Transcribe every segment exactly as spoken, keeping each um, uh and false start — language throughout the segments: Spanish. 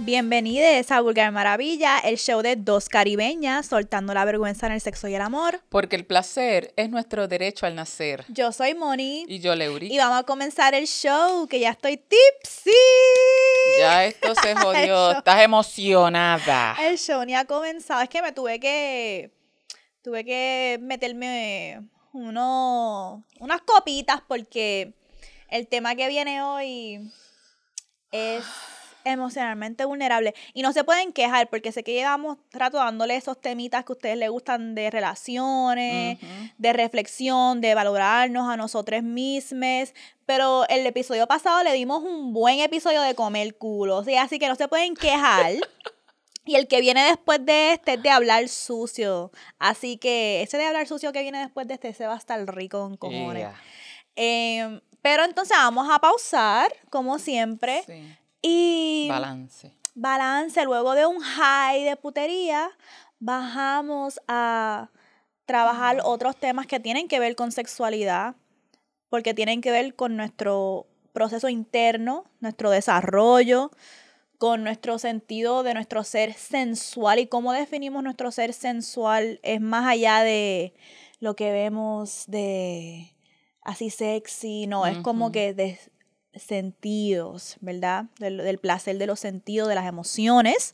Bienvenidos a Vulgar Maravilla, el show de dos caribeñas soltando la vergüenza en el sexo y el amor. Porque el placer es nuestro derecho al nacer. Yo soy Moni. Y yo, Leuri. Y vamos a comenzar el show, que ya estoy tipsy. Ya esto se jodió. Estás emocionada. El show ni ha comenzado. Es que me tuve que... Tuve que meterme uno, unas copitas porque el tema que viene hoy es emocionalmente vulnerable. Y no se pueden quejar porque sé que llevamos rato dándole esos temitas que a ustedes les gustan de relaciones, uh-huh. de reflexión, de valorarnos a nosotros mismos. Pero el episodio pasado le dimos un buen episodio de comer culo. ¿Sí? Así que no se pueden quejar. Y el que viene después de este es de hablar sucio. Así que ese de hablar sucio que viene después de este, ese va a estar rico con cojones. Yeah. Eh, pero entonces vamos a pausar, como siempre. Sí. Y balance. Balance. Luego de un high de putería, bajamos a trabajar mm. otros temas que tienen que ver con sexualidad, porque tienen que ver con nuestro proceso interno, nuestro desarrollo, con nuestro sentido de nuestro ser sensual. Y cómo definimos nuestro ser sensual es más allá de lo que vemos de así sexy, no, uh-huh. es como que de sentidos, ¿verdad? Del, del placer de los sentidos, de las emociones.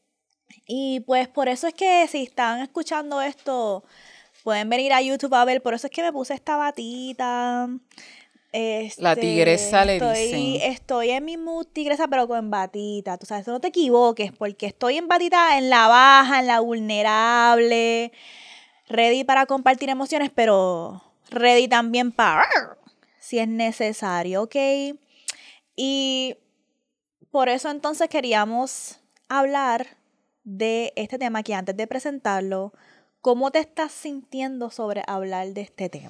Y pues por eso es que si están escuchando esto, pueden venir a YouTube a ver. Por eso es que me puse esta batita. Este, la tigresa le estoy, dicen. Estoy en mi mood tigresa, pero con batita. Tú sabes, no te equivoques, porque estoy en batita en la baja, en la vulnerable, ready para compartir emociones, pero ready también para si es necesario, ¿ok? Y por eso entonces queríamos hablar de este tema, que antes de presentarlo, ¿cómo te estás sintiendo sobre hablar de este tema?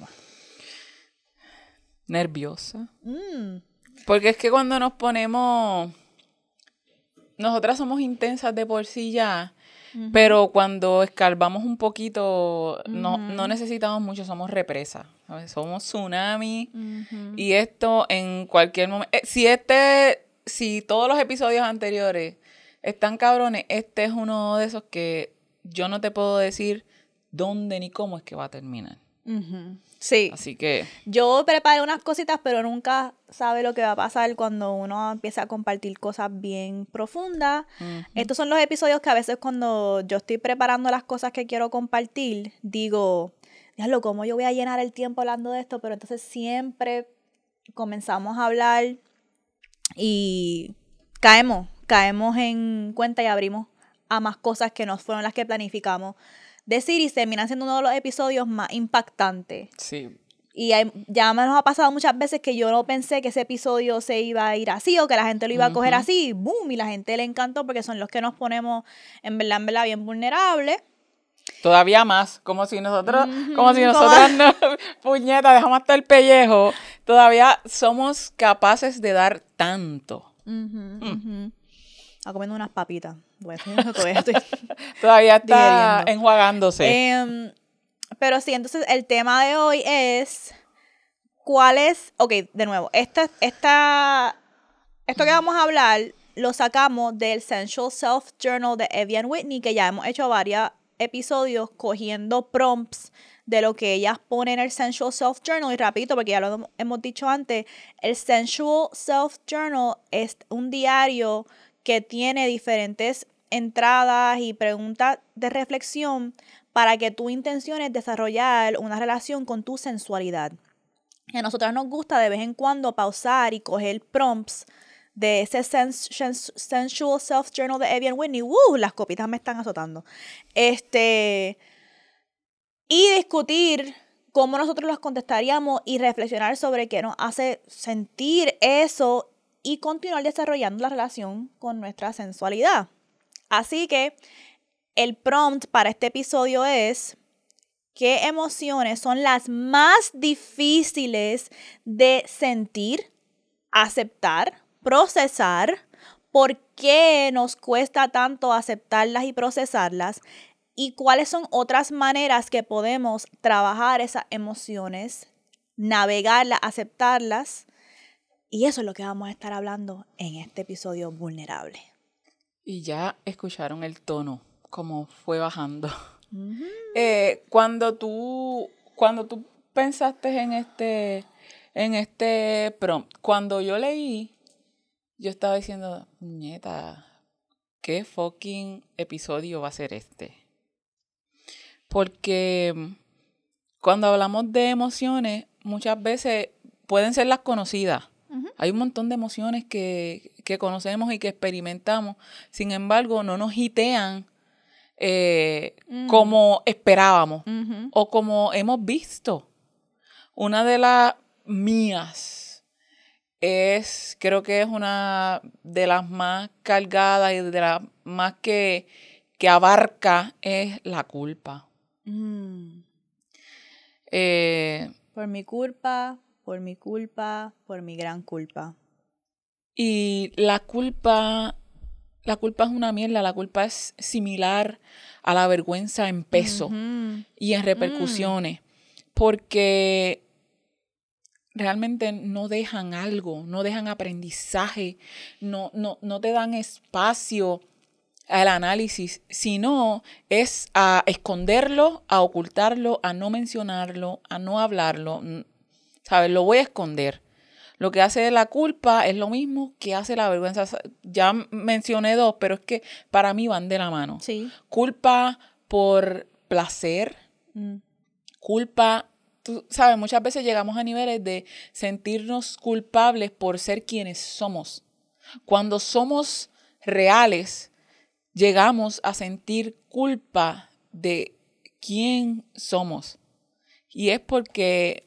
Nerviosa. Mm. Porque es que cuando nos ponemos... Nosotras somos intensas de por sí ya, uh-huh. pero cuando escarbamos un poquito, uh-huh. no, no necesitamos mucho, somos represas. ¿Sabes? Somos tsunami. Uh-huh. Y esto en cualquier momento... Eh, si este... Si todos los episodios anteriores están cabrones, este es uno de esos que yo no te puedo decir dónde ni cómo es que va a terminar. Uh-huh. Sí. Así que... Yo preparé unas cositas, pero nunca sabe lo que va a pasar cuando uno empieza a compartir cosas bien profundas. Uh-huh. Estos son los episodios que a veces cuando yo estoy preparando las cosas que quiero compartir, digo, diablo, ¿cómo yo voy a llenar el tiempo hablando de esto? Pero entonces siempre comenzamos a hablar y caemos, caemos en cuenta y abrimos a más cosas que no fueron las que planificamos decir, y termina siendo uno de los episodios más impactantes. Sí. Y hay, ya me nos ha pasado muchas veces que yo no pensé que ese episodio se iba a ir así o que la gente lo iba uh-huh. a coger así, boom, y la gente le encantó porque son los que nos ponemos en verdad, en verdad bien vulnerables. Todavía más, como si nosotros, uh-huh. como si nosotras no, puñeta, dejamos hasta el pellejo. Todavía somos capaces de dar tanto. Uh-huh, mm. uh-huh. A comiendo unas papitas. Bueno, todavía, estoy todavía está digeriendo. Enjuagándose. Um, pero sí, entonces el tema de hoy es ¿cuál es? Ok, de nuevo, esta, esta, esto que vamos a hablar lo sacamos del Sensual Self Journal de Evian Whitney, que ya hemos hecho varios episodios cogiendo prompts de lo que ellas ponen en el Sensual Self Journal. Y rapidito, porque ya lo hemos dicho antes, el Sensual Self Journal es un diario que tiene diferentes entradas y preguntas de reflexión para que tú intenciones desarrollar una relación con tu sensualidad. Y a nosotras nos gusta de vez en cuando pausar y coger prompts de ese sens- sens- Sensual Self Journal de Evian Whitney. ¡Uh! Las copitas me están azotando. Este, y discutir cómo nosotros las contestaríamos y reflexionar sobre qué nos hace sentir eso y continuar desarrollando la relación con nuestra sensualidad. Así que el prompt para este episodio es: ¿qué emociones son las más difíciles de sentir, aceptar, procesar? ¿Por qué nos cuesta tanto aceptarlas y procesarlas? ¿Y cuáles son otras maneras que podemos trabajar esas emociones, navegarlas, aceptarlas? Y eso es lo que vamos a estar hablando en este episodio vulnerable. Y ya escucharon el tono, como fue bajando. Uh-huh. Eh, cuando tú, cuando tú pensaste en este, en este prompt, cuando yo leí, yo estaba diciendo, nieta, ¿qué fucking episodio va a ser este? Porque cuando hablamos de emociones, muchas veces pueden ser las conocidas. Uh-huh. Hay un montón de emociones que, que conocemos y que experimentamos. Sin embargo, no nos hitean eh, uh-huh. como esperábamos uh-huh. o como hemos visto. Una de las mías es, creo que es una de las más cargadas y de las más que, que abarca, es la culpa. Mm. Eh, por mi culpa, por mi culpa, por mi gran culpa. Y la culpa, la culpa es una mierda, la culpa es similar a la vergüenza en peso uh-huh. y en repercusiones, mm. porque realmente no dejan algo, no dejan aprendizaje, no, no, no te dan espacio al análisis, sino es a esconderlo, a ocultarlo, a no mencionarlo, a no hablarlo, ¿sabes? Lo voy a esconder. Lo que hace la culpa es lo mismo que hace la vergüenza. Ya mencioné dos, pero es que para mí van de la mano. Sí. Culpa por placer, mm. culpa, tú sabes, muchas veces llegamos a niveles de sentirnos culpables por ser quienes somos. Cuando somos reales, llegamos a sentir culpa de quién somos. Y es porque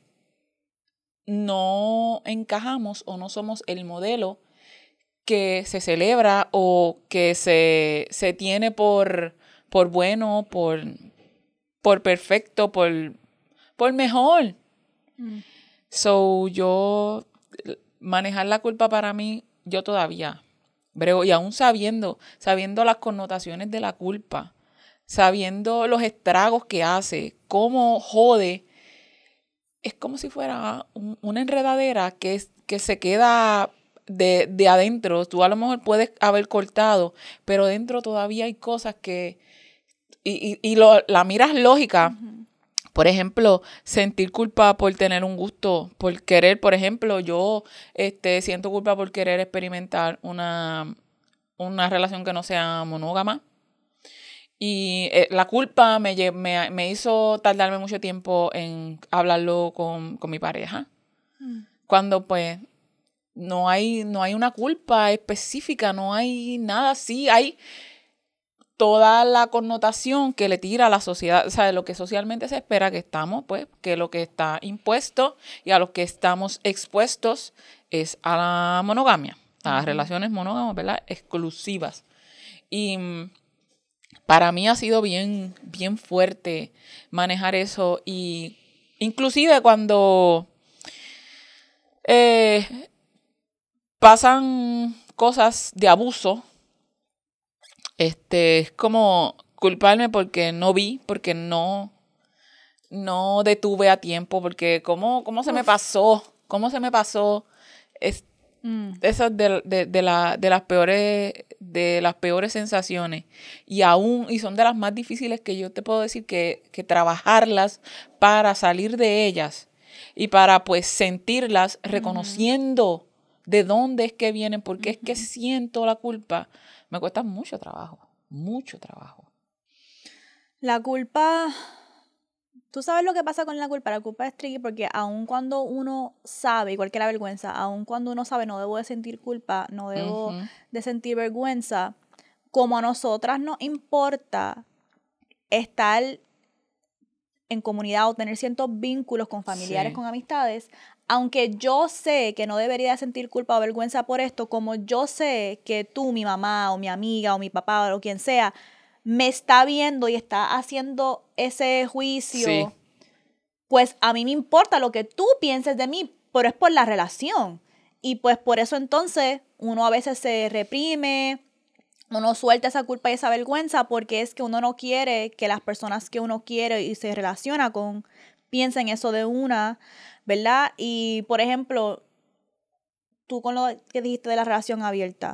no encajamos o no somos el modelo que se celebra o que se, se tiene por, por bueno, por, por perfecto, por, por mejor. Mm. So, yo, manejar la culpa para mí, yo todavía brego, y aún sabiendo, sabiendo las connotaciones de la culpa, sabiendo los estragos que hace, cómo jode, es como si fuera un, una enredadera que, es, que se queda de, de adentro. Tú a lo mejor puedes haber cortado, pero dentro todavía hay cosas que... Y, y, y lo, la miras lógica. Uh-huh. Por ejemplo, sentir culpa por tener un gusto, por querer, por ejemplo, yo este, siento culpa por querer experimentar una, una relación que no sea monógama. Y eh, la culpa me, me, me hizo tardarme mucho tiempo en hablarlo con, con mi pareja. Mm. Cuando pues no hay, no hay una culpa específica, no hay nada así. Hay toda la connotación que le tira a la sociedad, o sea, lo que socialmente se espera que estamos, pues, que lo que está impuesto y a lo que estamos expuestos es a la monogamia, a las uh-huh. relaciones monógamas, ¿verdad? Exclusivas. Y para mí ha sido bien, bien fuerte manejar eso. Y inclusive cuando eh, pasan cosas de abuso, este, es como culparme porque no vi, porque no, no detuve a tiempo, porque cómo, cómo se me pasó, cómo se me pasó. Es, Mm. Eso es de, de, de, la, de, las peores, de las peores sensaciones. Y aún, y son de las más difíciles que yo te puedo decir que, que trabajarlas para salir de ellas y para pues sentirlas reconociendo uh-huh. de dónde es que vienen, porque uh-huh. es que siento la culpa. Me cuesta mucho trabajo, mucho trabajo. La culpa... Tú sabes lo que pasa con la culpa. La culpa es tricky porque aun cuando uno sabe, igual que la vergüenza, aun cuando uno sabe no debo de sentir culpa, no debo uh-huh. de sentir vergüenza, como a nosotras nos importa estar en comunidad o tener ciertos vínculos con familiares, sí. con amistades, aunque yo sé que no debería sentir culpa o vergüenza por esto, como yo sé que tú, mi mamá o mi amiga o mi papá o quien sea, me está viendo y está haciendo ese juicio, sí. pues a mí me importa lo que tú pienses de mí, pero es por la relación. Y pues por eso entonces uno a veces se reprime, uno suelta esa culpa y esa vergüenza porque es que uno no quiere que las personas que uno quiere y se relaciona con piensen eso de una, ¿verdad? Y por ejemplo, tú con lo que dijiste de la relación abierta,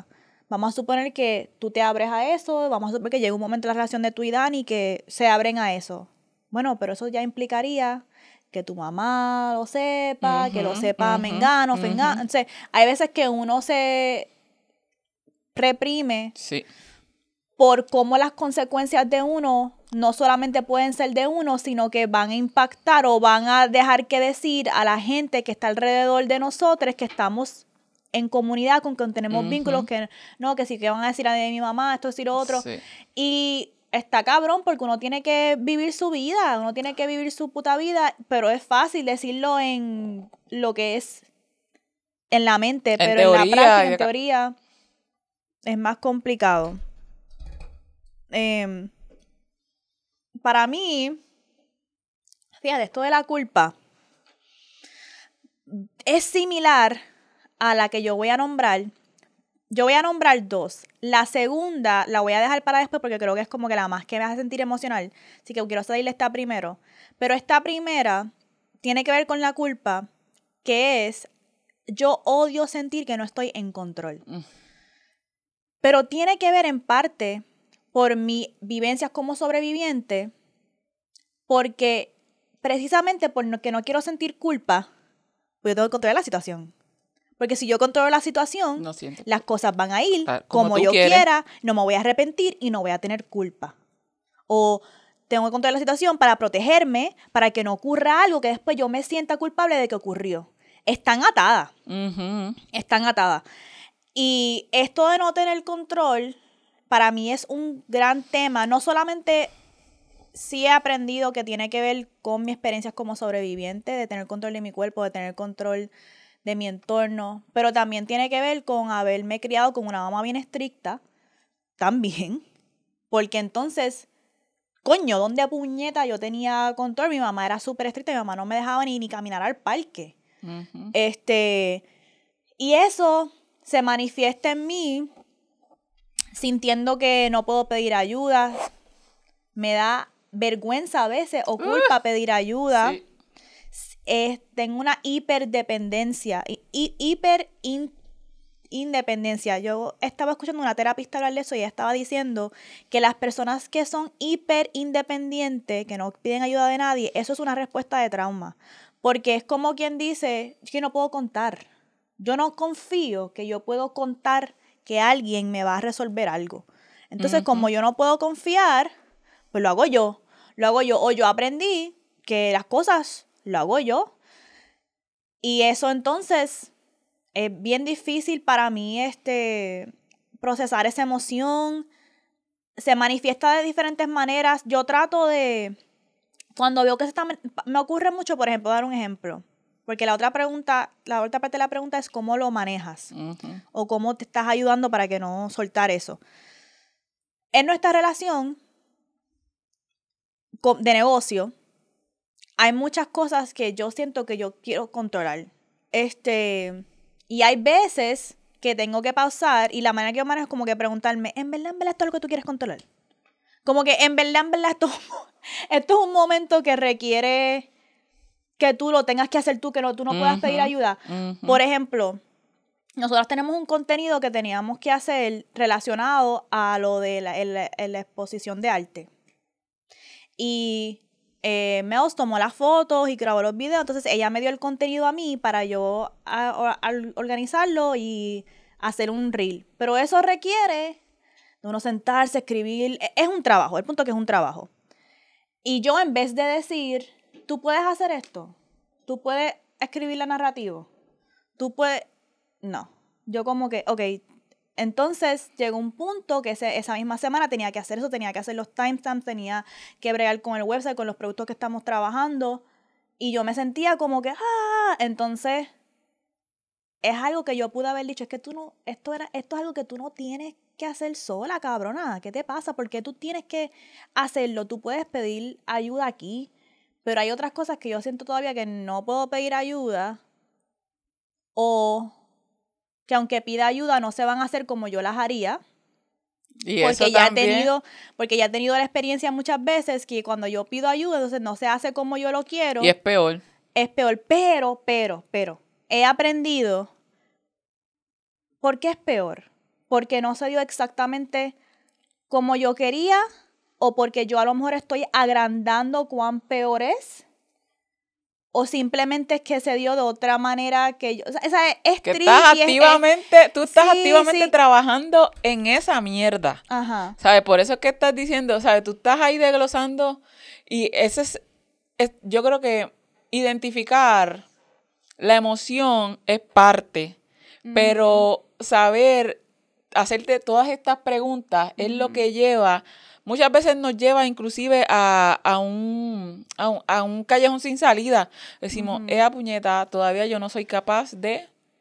Vamos a suponer que tú te abres a eso, vamos a suponer que llega un momento en la relación de tú y Dani que se abren a eso. Bueno, pero eso ya implicaría que tu mamá lo sepa, uh-huh, que lo sepa uh-huh, Mengano, uh-huh. Fengano. Entonces, hay veces que uno se reprime sí. por cómo las consecuencias de uno no solamente pueden ser de uno, sino que van a impactar o van a dejar que decir a la gente que está alrededor de nosotros que estamos en comunidad, con que tenemos uh-huh. vínculos, que no, que sí, que van a decir a mi mamá, esto, decir lo otro. Sí. Y está cabrón porque uno tiene que vivir su vida, uno tiene que vivir su puta vida, pero es fácil decirlo en lo que es en la mente, en pero teoría, en la práctica, en teoría, es más complicado. Eh, para mí, fíjate, esto de la culpa es similar a la que yo voy a nombrar. Yo voy a nombrar dos. La segunda la voy a dejar para después porque creo que es como que la más que me hace sentir emocional. Así que quiero salirle esta primero. Pero esta primera tiene que ver con la culpa, que es, yo odio sentir que no estoy en control. Mm. Pero tiene que ver en parte por mis vivencias como sobreviviente, porque precisamente porque no quiero sentir culpa, pues yo tengo que controlar la situación. Porque si yo controlo la situación, no las cosas van a ir Tal, como, como yo quieres. quiera, no me voy a arrepentir y no voy a tener culpa. O tengo que controlar la situación para protegerme, para que no ocurra algo que después yo me sienta culpable de que ocurrió. Están atadas. Uh-huh. Están atadas. Y esto de no tener control, para mí es un gran tema. No solamente sí he aprendido que tiene que ver con mis experiencias como sobreviviente, de tener control de mi cuerpo, de tener control de mi entorno, pero también tiene que ver con haberme criado con una mamá bien estricta, también, porque entonces, coño, ¿dónde puñeta yo tenía control? Mi mamá era súper estricta, mi mamá no me dejaba ni, ni caminar al parque. Uh-huh. Este, y eso se manifiesta en mí sintiendo que no puedo pedir ayuda, me da vergüenza a veces o culpa uh, pedir ayuda. Sí. Eh, tengo una hiperdependencia, hi- hiper in, independencia. Yo estaba escuchando una terapista hablar de eso y ella estaba diciendo que las personas que son hiper independientes, que no piden ayuda de nadie, eso es una respuesta de trauma. Porque es como quien dice, es que no puedo contar. Yo no confío que yo puedo contar que alguien me va a resolver algo. Entonces, uh-huh. como yo no puedo confiar, pues lo hago yo. Lo hago yo. O yo aprendí que las cosas lo hago yo. Y eso entonces es bien difícil para mí este, procesar esa emoción. Se manifiesta de diferentes maneras. Yo trato de, cuando veo que se está, me ocurre mucho, por ejemplo, dar un ejemplo. Porque la otra pregunta, la otra parte de la pregunta es cómo lo manejas. Uh-huh. O cómo te estás ayudando para que no soltar eso. En nuestra relación de negocio, hay muchas cosas que yo siento que yo quiero controlar. Este, y hay veces que tengo que pausar y la manera que yo manejo es como que preguntarme, ¿en verdad, en verdad esto es lo que tú quieres controlar? Como que en verdad, en verdad esto, esto es un momento que requiere que tú lo tengas que hacer tú, que no, tú no puedas uh-huh, pedir ayuda. Uh-huh. Por ejemplo, nosotros tenemos un contenido que teníamos que hacer relacionado a lo de la, el, la exposición de arte. Y eh, Meos tomó las fotos y grabó los videos, entonces ella me dio el contenido a mí para yo a, a, a organizarlo y hacer un reel. Pero eso requiere de uno sentarse, escribir, es un trabajo, el punto es que es un trabajo. Y yo en vez de decir, tú puedes hacer esto, tú puedes escribir la narrativa, tú puedes, no, yo como que, ok. Entonces llegó un punto que ese, esa misma semana tenía que hacer eso, tenía que hacer los timestamps, tenía que bregar con el website, con los productos que estamos trabajando. Y yo me sentía como que, ah, entonces es algo que yo pude haber dicho, es que tú no, esto, era, esto es algo que tú no tienes que hacer sola, cabrona. ¿Qué te pasa? ¿Por qué tú tienes que hacerlo? Tú puedes pedir ayuda aquí, pero hay otras cosas que yo siento todavía que no puedo pedir ayuda o que aunque pida ayuda no se van a hacer como yo las haría. Y porque eso ya también. he tenido, porque ya he tenido la experiencia muchas veces que cuando yo pido ayuda, entonces no se hace como yo lo quiero. Y es peor. Es peor, pero, pero, pero, he aprendido. ¿Por qué es peor? porque no se dio exactamente como yo quería o porque yo a lo mejor estoy agrandando cuán peor es. O simplemente es que se dio de otra manera que yo... O sea, esa es, es que triste. Estás activamente, es, tú estás sí, activamente sí. trabajando en esa mierda. Ajá. ¿Sabes? Por eso es que estás diciendo, ¿sabes? Tú estás ahí desglosando y ese es, es... Yo creo que identificar la emoción es parte, uh-huh. pero saber hacerte todas estas preguntas uh-huh. es lo que lleva... Muchas veces nos lleva inclusive a, a, un, a, un, a un callejón sin salida. Decimos, uh-huh. esa puñeta, todavía yo no soy capaz de,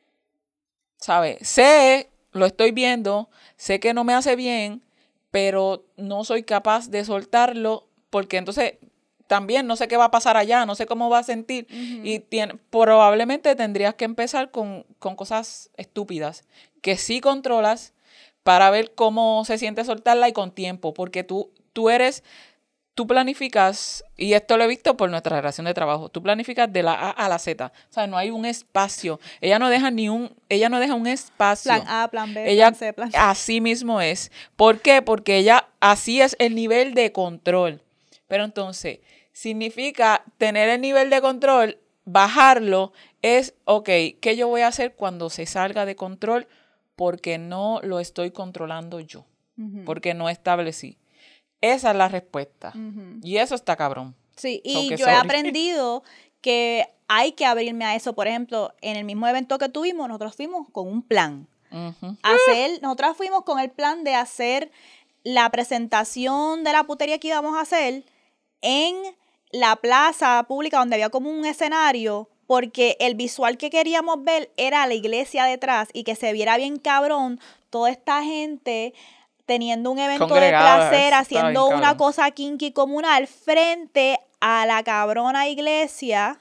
¿sabes? Sé, lo estoy viendo, sé que no me hace bien, pero no soy capaz de soltarlo porque entonces también no sé qué va a pasar allá, no sé cómo va a sentir. Uh-huh. Y tiene, probablemente tendrías que empezar con, con cosas estúpidas que sí controlas, para ver cómo se siente soltarla y con tiempo, porque tú, tú eres, tú planificas, y esto lo he visto por nuestra relación de trabajo, tú planificas de la A a la Z, o sea, no hay un espacio, ella no deja ni un, ella no deja un espacio. Plan A, plan B, ella, plan C, plan C. Así mismo es. ¿Por qué? Porque ella, así es el nivel de control. Pero entonces, significa tener el nivel de control, bajarlo, es, ok, ¿qué yo voy a hacer cuando se salga de control? Porque no lo estoy controlando yo, uh-huh. porque no establecí. Esa es la respuesta. Uh-huh. Y eso está cabrón. Sí, y so yo sorry. he aprendido que hay que abrirme a eso. Por ejemplo, en el mismo evento que tuvimos, nosotros fuimos con un plan. Uh-huh. Hacer, nosotros fuimos con el plan de hacer la presentación de la putería que íbamos a hacer en la plaza pública donde había como un escenario, porque el visual que queríamos ver era la iglesia detrás y que se viera bien cabrón toda esta gente teniendo un evento de placer, haciendo una cabrón. cosa kinky comunal frente a la cabrona iglesia,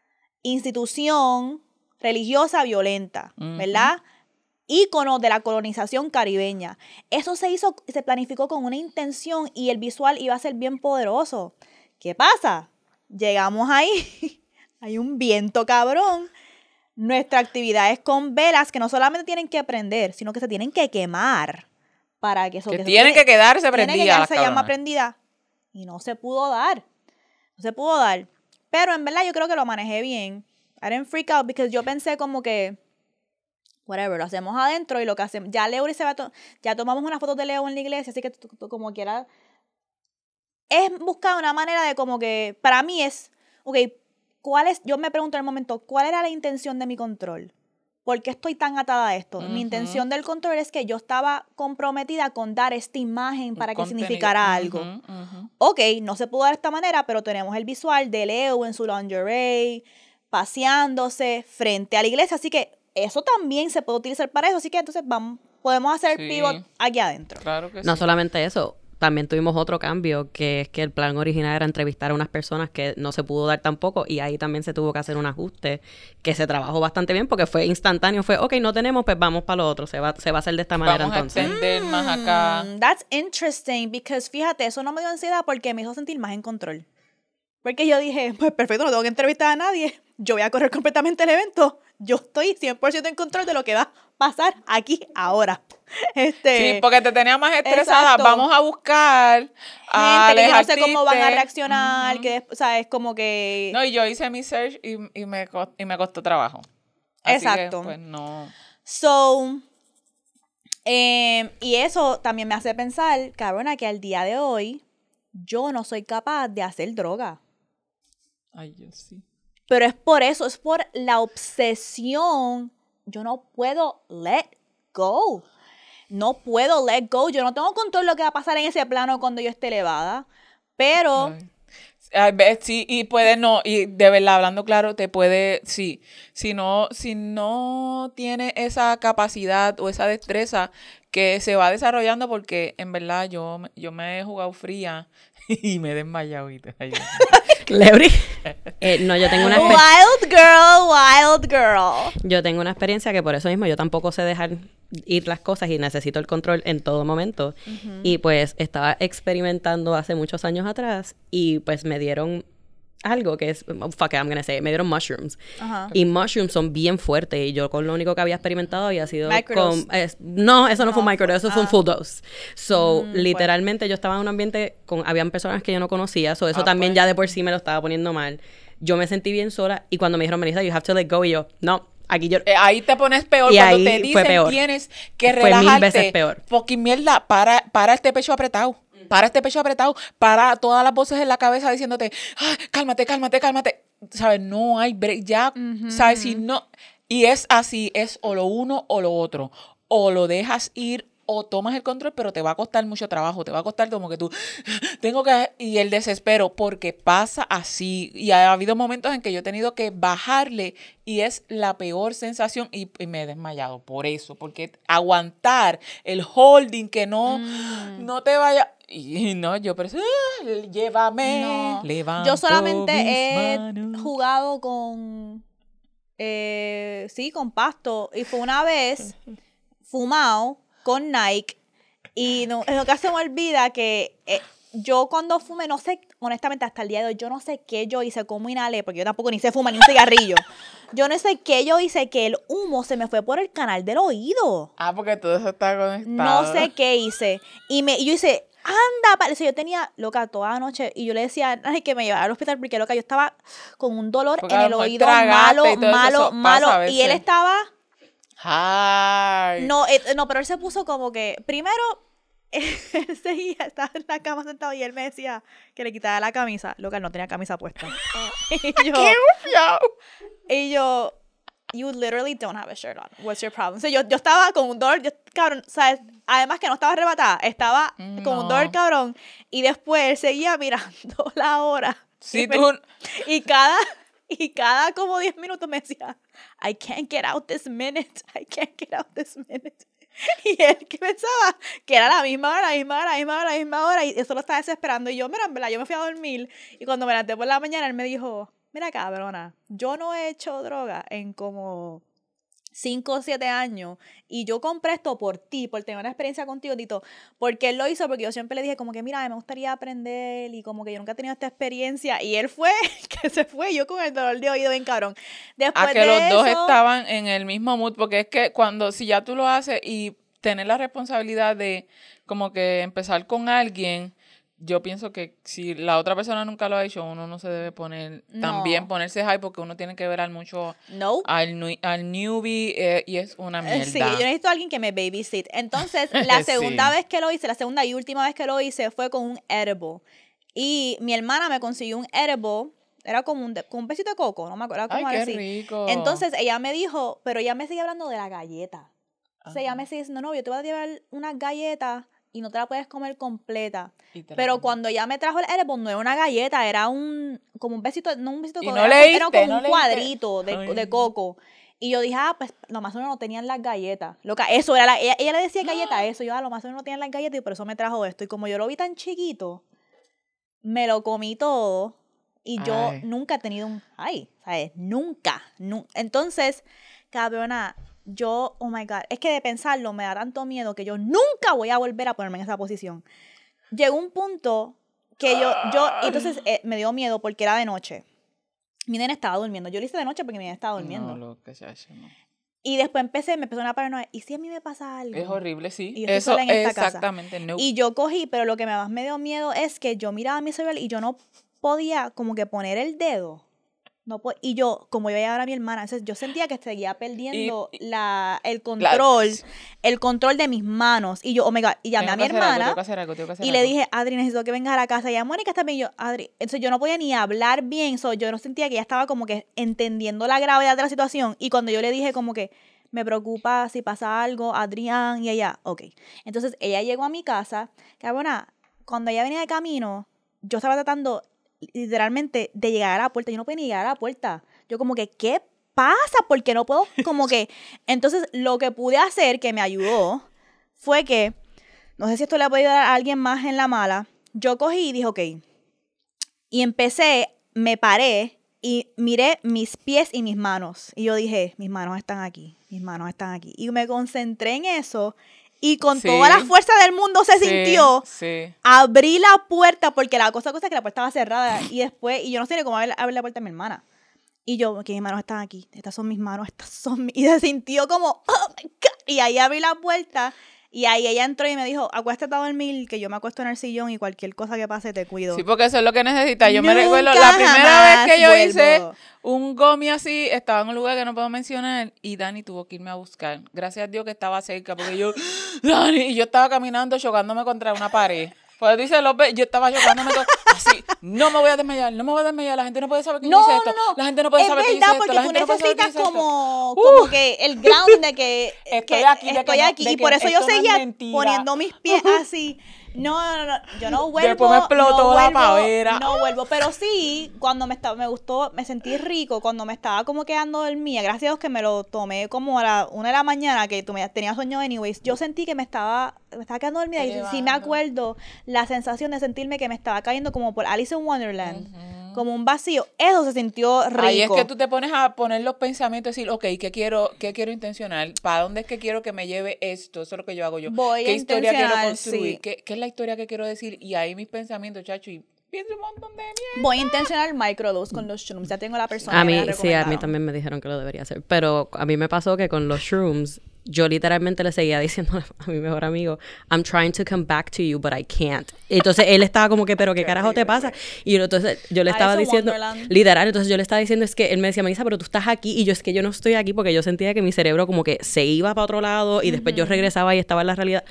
institución religiosa violenta, uh-huh. ¿verdad? Ícono de la colonización caribeña. Eso se hizo, se planificó con una intención y el visual iba a ser bien poderoso. ¿Qué pasa? Llegamos ahí... Hay un viento cabrón. Nuestra actividad es con velas que no solamente tienen que prender, sino que se tienen que quemar. Para que eso... Que, que tienen tiene, que quedarse prendidas. Tiene que quedarse llama prendida. Y no se pudo dar. No se pudo dar. Pero en verdad yo creo que lo manejé bien. I didn't freak out because yo pensé como que... Whatever, lo hacemos adentro y lo que hacemos... Ya Leo y se va... To- ya tomamos unas fotos de Leo en la iglesia, así que tú, tú, como quieras... Es buscar una manera de como que... Para mí es... Ok, ¿cuál es? Yo me pregunto en el momento, ¿cuál era la intención de mi control? ¿Por qué estoy tan atada a esto? Uh-huh. Mi intención del control es que yo estaba comprometida con dar esta imagen para que Contenido. significara uh-huh, algo. Uh-huh. Ok, no se pudo dar de esta manera, pero tenemos el visual de Leo en su lingerie, paseándose frente a la iglesia, así que eso también se puede utilizar para eso, así que entonces vamos, podemos hacer sí. pivot aquí adentro. Claro que no sí. solamente eso. También tuvimos otro cambio, que es que el plan original era entrevistar a unas personas que no se pudo dar tampoco, y ahí también se tuvo que hacer un ajuste que se trabajó bastante bien porque fue instantáneo, fue, ok, no tenemos, pues vamos para lo otro, se va, se va a hacer de esta manera vamos entonces. Vamos a extender mm, más acá. That's interesting, because fíjate, eso no me dio ansiedad porque me hizo sentir más en control. Porque yo dije, pues perfecto, no tengo que entrevistar a nadie, yo voy a correr completamente el evento, yo estoy cien por ciento en control de lo que va a pasar aquí, ahora. Este, sí, porque te tenía más estresada. Exacto. Vamos a buscar gente a que yo no sé artistas. cómo van a reaccionar, uh-huh. que, o sea, es como que... No, y yo hice mi search y, y, me, costó, y me costó trabajo. Así Exacto. Que, pues, no... So, eh, y eso también me hace pensar, cabrona, que al día de hoy yo no soy capaz de hacer droga. Ay, yo sí. Pero es por eso, es por la obsesión. Yo no puedo let go. No puedo let go. Yo no tengo control de lo que va a pasar en ese plano cuando yo esté elevada. Pero... Ay. Sí, y puede no, y de verdad, hablando claro, te puede, sí, si no, si no tiene esa capacidad o esa destreza que se va desarrollando, porque en verdad yo, yo me he jugado fría y me he desmayado. Y te Leury. Eh, no, yo tengo una exper- Wild girl, wild girl. Yo tengo una experiencia que por eso mismo yo tampoco sé dejar ir las cosas y necesito el control en todo momento. Uh-huh. Y pues estaba experimentando hace muchos años atrás y pues me dieron algo que es, oh, fuck it, I'm gonna say it, me dieron mushrooms. Ajá. Y mushrooms son bien fuertes y yo con lo único que había experimentado había sido Microdose. con... es- no, eso no, No, fue un microdose, eso fue un ah. full dose. So, Mm, literalmente yo estaba en un ambiente con... Habían personas que yo no conocía, so eso Ah, también pues. ya de por sí me lo estaba poniendo mal. Yo me sentí bien sola y cuando me dijeron, Melissa, you have to let go, y yo, no, aquí yo... Eh, ahí te pones peor Y cuando ahí te fue dicen peor. tienes que Fue mil relajarte. veces peor. Porque mierda, para, para este pecho apretado. Para este pecho apretado. Para todas las voces en la cabeza diciéndote, "Ay, cálmate, cálmate, cálmate". ¿Sabes? No hay break. Ya, ¿sabes? Si no... Y es así, es o lo uno o lo otro. O lo dejas ir o tomas el control, pero te va a costar mucho trabajo. Te va a costar como que tú, tengo que... Y el desespero, porque pasa así. Y ha habido momentos en que yo he tenido que bajarle y es la peor sensación y, y me he desmayado por eso. Porque aguantar el holding, que no, Mm. no te vaya... Y no, yo, pero ah, llévame, No. levanto Yo solamente mis he manos. jugado con, eh, sí, con pasto. Y fue una vez fumado con Nike. Y no, nunca se me olvida que eh, yo cuando fumé, no sé, honestamente hasta el día de hoy, yo no sé qué yo hice, cómo inhalé, porque yo tampoco ni sé fumar ni un cigarrillo. Yo no sé qué yo hice, que el humo se me fue por el canal del oído. Ah, porque todo eso está conectado. No sé qué hice. Y, me, y yo hice, anda, parece, yo tenía, loca, toda la noche, y yo le decía, ay, que me llevara al hospital, porque, loca, yo estaba con un dolor Porque en a el lo mejor oído tragaste malo, y todo eso, malo, eso malo. pasa a Y él veces. estaba, Ay. no, eh, no, pero él se puso como que, primero, él seguía, estaba en la cama sentado y él me decía que le quitara la camisa. Loca, él no tenía camisa puesta. y yo, ¡Qué bufiao! y yo, you literally don't have a shirt on. What's your problem? O sea, yo, yo estaba con un dolor, yo, cabrón, ¿sabes? Además que no estaba arrebatada, estaba con un No. dolor, cabrón. Y después él seguía mirando la hora. Si y, me- tú... y cada, y cada como diez minutos me decía, I can't get out this minute. I can't get out this minute. Y él que pensaba que era la misma hora, la misma hora, la misma hora, la misma hora. Y eso lo estaba desesperando. Y yo, mira, en verdad, yo me fui a dormir. Y cuando me levanté por la mañana, él me dijo, mira, cabrona, yo no he hecho droga en como cinco o siete años y yo compré esto por ti, por tener una experiencia contigo, Tito, porque él lo hizo, porque yo siempre le dije como que mira, me gustaría aprender y como que yo nunca he tenido esta experiencia y él fue, que se fue, yo con el dolor de oído bien cabrón. Después A que de los eso, dos estaban en el mismo mood, porque es que cuando, si ya tú lo haces y tener la responsabilidad de como que empezar con alguien, yo pienso que si la otra persona nunca lo ha hecho, uno no se debe poner, No. también ponerse high, porque uno tiene que ver al mucho no. al, nui- al newbie eh, y es una mierda. Eh, Sí, yo necesito a alguien que me babysit. Entonces, la Sí. segunda vez que lo hice, la segunda y última vez que lo hice fue con un edible. Y mi hermana me consiguió un edible, era como un, de- con un besito de coco, no me acuerdo, era Ay, como qué así. rico. Entonces, ella me dijo, pero ella me sigue hablando de la galleta. O sea, ella Ajá. me sigue diciendo, no, yo te voy a llevar unas galletas y no te la puedes comer completa. Y te la Pero comes. cuando ella me trajo el edible, no era una galleta, era un, como un besito, no un besito de Y coco, no era, como- era leíste, como no un leíste. cuadrito de, Ay. de coco. Y yo dije, ah, pues lo más o menos no tenían las galletas. Loca, eso era la, ella, ella le decía galleta a eso. Yo, ah, lo más o menos no tenían las galletas y por eso me trajo esto. Y como yo lo vi tan chiquito, me lo comí todo. Y yo Ay. nunca he tenido un ay, ¿sabes? Nunca. nu- Entonces, cabrona, yo, oh my God, es que de pensarlo me da tanto miedo que yo nunca voy a volver a ponerme en esa posición. Llegó un punto que yo, yo, y entonces eh, me dio miedo porque era de noche. Mi nena estaba durmiendo. Yo lo hice de noche porque mi nena estaba durmiendo. No, lo que se hace, no. Y después empecé, me empezó una paranoia. ¿Y si a mí me pasa algo? Es horrible, sí. Y yo estoy Eso sola en esta casa. exactamente, no. Y yo cogí, pero lo que más me dio miedo es que yo miraba mi celular y yo no podía como que poner el dedo. No po- y yo, como yo iba a llevar a mi hermana, entonces yo sentía que seguía perdiendo Y- la, el control, el control de mis manos. Y yo, oh my God, y llamé Tengo a mi que hacer algo, hermana. tengo que hacer algo, tengo que hacer Y le algo. dije, Adri, necesito que vengas a la casa. Y ella, Mónica, está bien. Y yo, Adri. Entonces yo no podía ni hablar bien. So, yo no sentía que ella estaba como que entendiendo la gravedad de la situación. Y cuando yo le dije como que me preocupa si pasa algo, Adrián, y ella, ok. Entonces ella llegó a mi casa. Cabrona, cuando ella venía de camino, yo estaba tratando literalmente de llegar a la puerta. Yo no podía ni llegar a la puerta. Yo como que, ¿qué pasa? Porque no puedo, como que... Entonces lo que pude hacer, que me ayudó, fue que... No sé si esto le ha podido dar a alguien más en la mala. Yo cogí y dije, ok. Y empecé, me paré y miré mis pies y mis manos. Y yo dije, mis manos están aquí, mis manos están aquí. Y me concentré en eso y con Sí. toda la fuerza del mundo se Sí, sintió. sí. Abrí la puerta porque la cosa, cosa es que la puerta estaba cerrada y después, y yo no sé ni cómo abrir, abrir la puerta a mi hermana. Y yo, que mis manos están aquí, estas son mis manos, estas son mis... Y se sintió como, oh my God. Y ahí abrí la puerta y ahí ella entró y me dijo, acuéstate a dormir, que yo me acuesto en el sillón y cualquier cosa que pase te cuido. Sí, porque eso es lo que necesita. Yo me Nunca recuerdo, la primera vez que yo jamás hice vuelvo. un gomi así, estaba en un lugar que no puedo mencionar y Dani tuvo que irme a buscar. Gracias a Dios que estaba cerca, porque yo, Dani, y yo estaba caminando chocándome contra una pared. Pues dice López, yo estaba chocándome con, así, no me voy a desmayar, no me voy a desmayar, la gente no puede saber que No, yo hice esto, no, no. la gente no puede Es saber que yo verdad, hice esto, porque la tú gente no puede saber que yo necesitas hice esto. como, Uh. como que el ground de que Estoy que aquí, de que estoy no- aquí. de Y que por eso yo esto no es seguía mentira. poniendo mis pies así. No, no, no, yo no vuelvo. Después me explotó no la vuelvo, pavera. No vuelvo, pero sí, cuando me estaba, me gustó, me sentí rico, cuando me estaba como quedando dormida, gracias a Dios que me lo tomé como a la una de la mañana, que tú me, tenía sueño anyways, yo sentí que me estaba, me estaba quedando dormida y sí me Elevando. acuerdo la sensación de sentirme que me estaba cayendo como por Alice in Wonderland, como un vacío, eso se sintió rico. Ahí es que tú te pones a poner los pensamientos y decir, ok, ¿qué quiero, qué quiero intencionar? ¿Para dónde es que quiero que me lleve esto? Eso es lo que yo hago yo. Voy ¿Qué a historia quiero intencionar, construir? sí. ¿Qué, ¿Qué es la historia que quiero decir? Y ahí mis pensamientos, chacho, y pienso un montón de mierda. Voy a intencionar microdose con los shrooms. Ya tengo la persona A que mí, me la sí, a mí recomendaron. también me dijeron que lo debería hacer. Pero a mí me pasó que con los shrooms, yo literalmente le seguía diciendo a mi mejor amigo, I'm trying to come back to you, but I can't. Entonces él estaba como que, pero ¿qué carajo te pasa? Y yo, entonces yo le estaba Alice in diciendo, Wonderland. literal, entonces yo le estaba diciendo, es que él me decía, Melissa, pero tú estás aquí. Y yo, es que yo no estoy aquí porque yo sentía que mi cerebro como que se iba para otro lado y después yo regresaba y estaba en la realidad.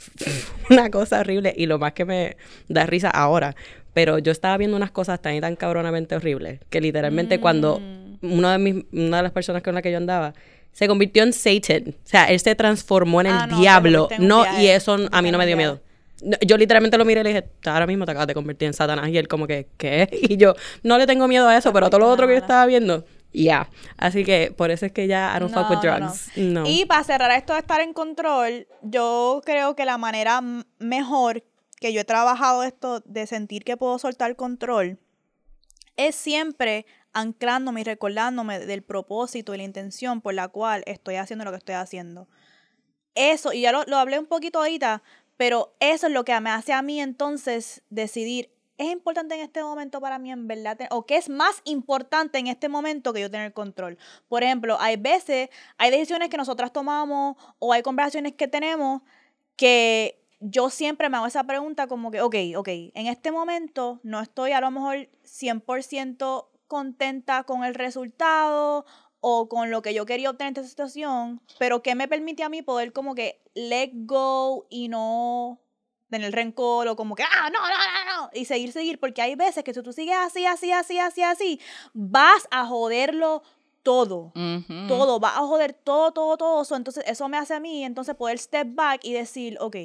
Una cosa horrible. Y lo más que me da risa ahora. Pero yo estaba viendo unas cosas tan y tan cabronamente horribles que literalmente Mm. cuando uno de mis, una de las personas con las que yo andaba se convirtió en Satan. O sea, él se transformó en el Ah, no, se diablo. convirtió en un No, viaje. y eso a mí En no me un dio viaje. miedo. No, yo literalmente lo miré y le dije, ahora mismo te acabas de convertir en Satanás. Y él como que, ¿qué? Y yo, no le tengo miedo a eso, pero a todo lo otro que yo estaba viendo, ya. Así que por eso es que ya I don't fuck with No, no, drugs. No. Y para cerrar esto de estar en control, yo creo que la manera m- mejor que yo he trabajado esto de sentir que puedo soltar control es siempre anclándome y recordándome del propósito y la intención por la cual estoy haciendo lo que estoy haciendo. Eso, y ya lo, lo hablé un poquito ahorita, pero eso es lo que me hace a mí entonces decidir, ¿es importante en este momento para mí en verdad? te- ¿O qué es más importante en este momento que yo tener control? Por ejemplo, hay veces, hay decisiones que nosotras tomamos o hay conversaciones que tenemos que yo siempre me hago esa pregunta como que, ok, ok, en este momento no estoy a lo mejor cien por ciento contenta con el resultado o con lo que yo quería obtener en esta situación, pero que me permite a mí poder como que let go y no tener rencor o como que, ah, no, no, no, no, y seguir, seguir, porque hay veces que si tú sigues así, así, así, así, así, vas a joderlo todo. Ujú. Todo, va a joder todo, todo, todo. So, entonces, eso me hace a mí, entonces, poder step back y decir, ok,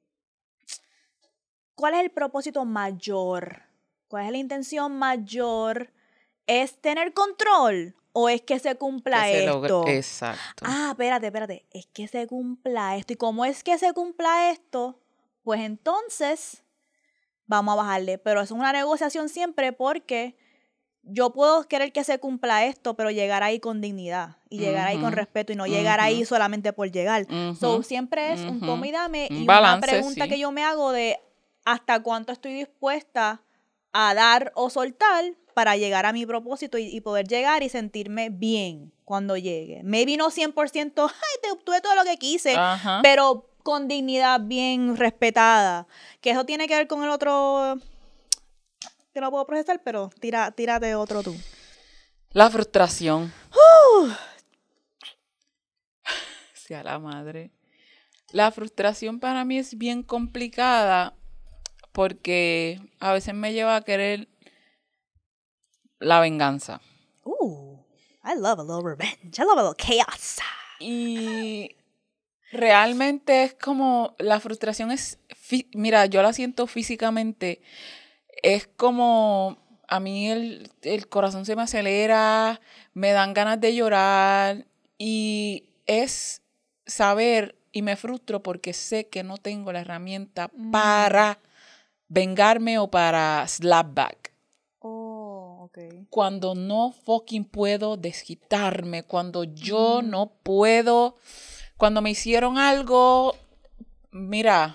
¿cuál es el propósito mayor? ¿Cuál es la intención mayor? ¿Es tener control o es que se cumpla Que se esto? logre- Exacto. Ah, espérate, espérate. Es que se cumpla esto. ¿Y cómo es que se cumpla esto? Pues entonces, vamos a bajarle. Pero es una negociación siempre porque yo puedo querer que se cumpla esto, pero llegar ahí con dignidad y llegar ahí con Ujú, respeto y no llegar ahí ujú. solamente por llegar. Ujú, So, siempre es un ujú. toma y dame Un y balance, una pregunta sí. que yo me hago de hasta cuánto estoy dispuesta a dar o soltar para llegar a mi propósito y, y poder llegar y sentirme bien cuando llegue. Maybe no cien por ciento, ay, te obtuve todo lo que quise, Ajá. pero con dignidad bien respetada. Que eso tiene que ver con el otro que no puedo procesar, pero tira, tírate otro tú. La frustración. Sea la madre. La frustración para mí es bien complicada porque a veces me lleva a querer la venganza. Ooh, I love a little revenge. I love a little chaos. Y realmente es como, la frustración es, fí- mira, yo la siento físicamente, es como, a mí el, el corazón se me acelera, me dan ganas de llorar y es saber, y me frustro porque sé que no tengo la herramienta Mm. para vengarme o para slap back. Oh, ok. Cuando no fucking puedo desquitarme, cuando yo Mm. no puedo, cuando me hicieron algo, mira,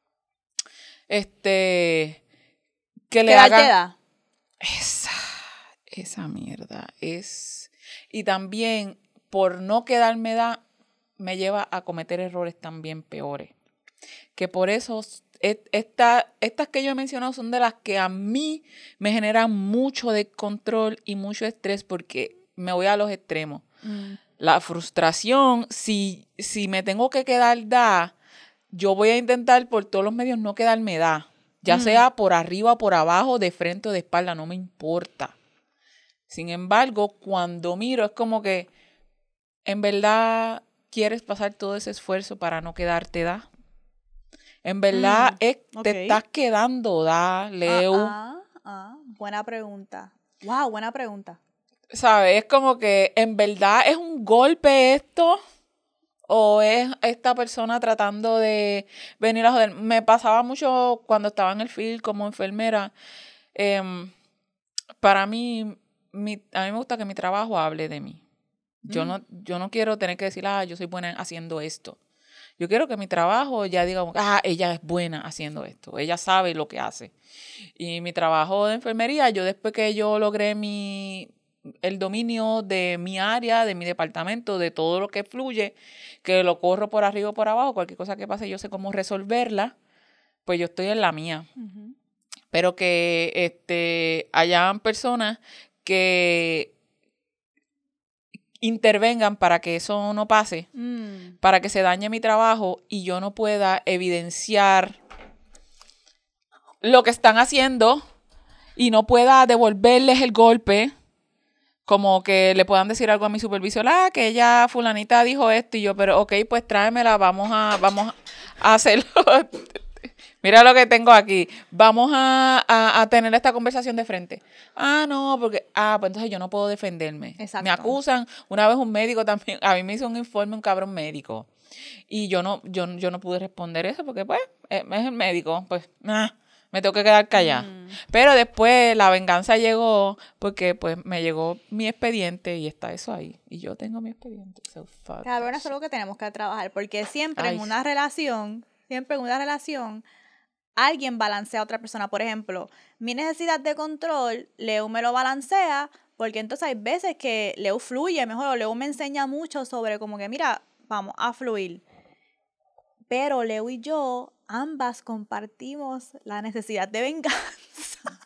este, que le ¿Qué edad hagan... te da? Esa, esa mierda es... Y también, por no quedarme edad, me lleva a cometer errores también peores. Que por eso, esta, estas que yo he mencionado son de las que a mí me generan mucho descontrol y mucho estrés porque me voy a los extremos. Mm. La frustración, si, si me tengo que quedar da, yo voy a intentar por todos los medios no quedarme da. Ya mm. sea por arriba, por abajo, de frente o de espalda, no me importa. Sin embargo, cuando miro es como que, en verdad, ¿quieres pasar todo ese esfuerzo para no quedarte da? En verdad, mm, es, okay. te estás quedando da, Leo. Ah, ah, ah, buena pregunta. Wow, buena pregunta. ¿Sabes? Es como que, ¿en verdad es un golpe esto? ¿O es esta persona tratando de venir a joder? Me pasaba mucho cuando estaba en el field como enfermera. Eh, para mí, mi, a mí me gusta que mi trabajo hable de mí. Yo, mm. no, yo no quiero tener que decir, ah, yo soy buena haciendo esto. Yo quiero que mi trabajo ya diga, ah, ella es buena haciendo esto. Ella sabe lo que hace. Y mi trabajo de enfermería, yo después que yo logré mi... el dominio de mi área, de mi departamento, de todo lo que fluye, que lo corro por arriba o por abajo, cualquier cosa que pase, yo sé cómo resolverla, pues yo estoy en la mía. Uh-huh. Pero que este, hayan personas que intervengan para que eso no pase, mm. para que se dañe mi trabajo y yo no pueda evidenciar lo que están haciendo y no pueda devolverles el golpe. Como que le puedan decir algo a mi supervisor, ah, que ella fulanita dijo esto y yo, pero ok, pues tráemela, vamos a, vamos a hacerlo. Mira lo que tengo aquí. Vamos a, a, a tener esta conversación de frente. Ah, no, porque, ah, pues entonces yo no puedo defenderme. Exacto. Me acusan. Una vez un médico también, a mí me hizo un informe un cabrón médico. Y yo no, yo, yo no pude responder eso porque pues es el médico, pues, ah. Me tengo que quedar callada. Mm. Pero después la venganza llegó porque pues me llegó mi expediente y está eso ahí. Y yo tengo mi expediente. So Cabrón, eso es algo que tenemos que trabajar. Porque siempre Ay. en una relación, siempre en una relación, alguien balancea a otra persona. Por ejemplo, mi necesidad de control, Leo me lo balancea porque entonces hay veces que Leo fluye mejor o Leo me enseña mucho sobre como que, mira, vamos a fluir. Pero Leo y yo ambas compartimos la necesidad de venganza.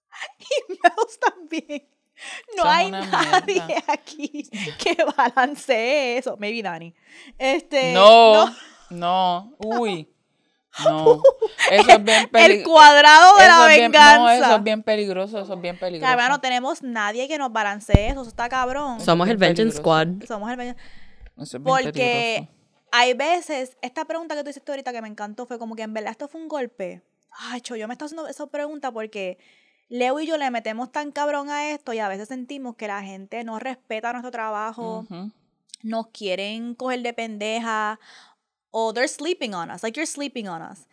Y Meus también. No Son hay nadie mierda. aquí que balancee eso. Maybe Dani. Este, no, no, no. Uy. No. Eso es bien peligroso. El cuadrado de eso la es venganza. Bien, no, eso es bien peligroso. Eso es bien peligroso. Cabrón, no tenemos nadie que nos balancee eso. Eso está cabrón. Somos el Vengeance Squad. Somos el Vengeance Eso es bien Porque... peligroso. Hay veces, esta pregunta que tú hiciste ahorita que me encantó fue como que en verdad esto fue un golpe. Ay, cho, yo me estoy haciendo esa pregunta porque Leo y yo le metemos tan cabrón a esto y a veces sentimos que la gente no respeta nuestro trabajo, uh-huh. nos quieren coger de pendeja o they're sleeping on us, like you're sleeping on us.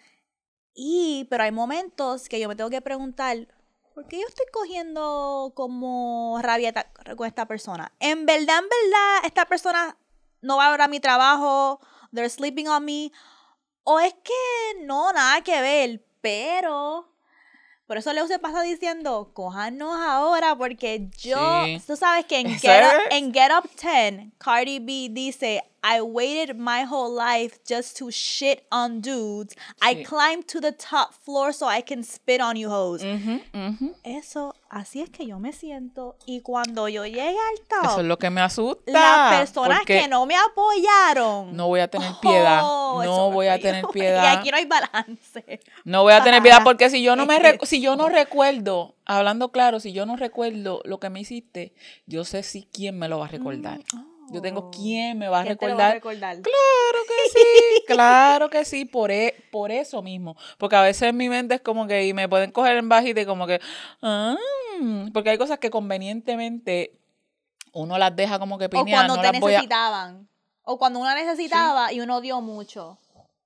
Y, pero hay momentos que yo me tengo que preguntar, ¿por qué yo estoy cogiendo como rabieta con esta persona? En verdad, en verdad, esta persona... no va a ver a mi trabajo, they're sleeping on me, o es que no, nada que ver, pero por eso Leo se pasa diciendo, cójanos ahora, porque yo, sí. tú sabes que en Get, Up, en Get Up ten, Cardi B dice, I waited my whole life just to shit on dudes, sí. I climbed to the top floor so I can spit on you hoes. Uh-huh, uh-huh. Eso, así es que yo me siento, y cuando yo llegue al top, eso es lo que me asusta, las personas que no me apoyaron, no voy a tener piedad, oh, no voy a tener piedad, y aquí no hay balance, no voy a tener piedad, porque si yo no me rec- si yo no recuerdo, hablando claro, si yo no recuerdo lo que me hiciste, yo sé si quién me lo va a recordar. Mm, oh. Yo tengo quién me va a recordar. Va a recordar. Claro que sí, claro que sí, por, e- por eso mismo. Porque a veces mi mente es como que, y me pueden coger en bajita y como que, ah, porque hay cosas que convenientemente uno las deja como que pinear. O cuando no te las voy necesitaban. A... O cuando uno necesitaba ¿sí? y uno dio mucho.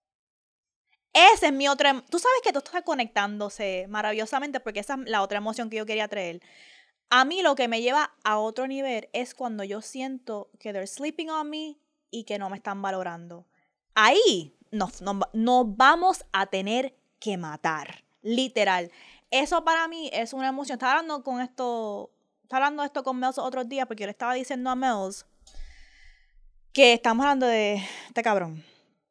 Ese es mi otro... Tú sabes que todo está conectándose maravillosamente porque esa es la otra emoción que yo quería traer. A mí lo que me lleva a otro nivel es cuando yo siento que they're sleeping on me y que no me están valorando. Ahí nos, nos, nos vamos a tener que matar. Literal. Eso para mí es una emoción. Estaba hablando con esto, estaba hablando de esto con Mels otros días porque yo le estaba diciendo a Mels que estamos hablando de este cabrón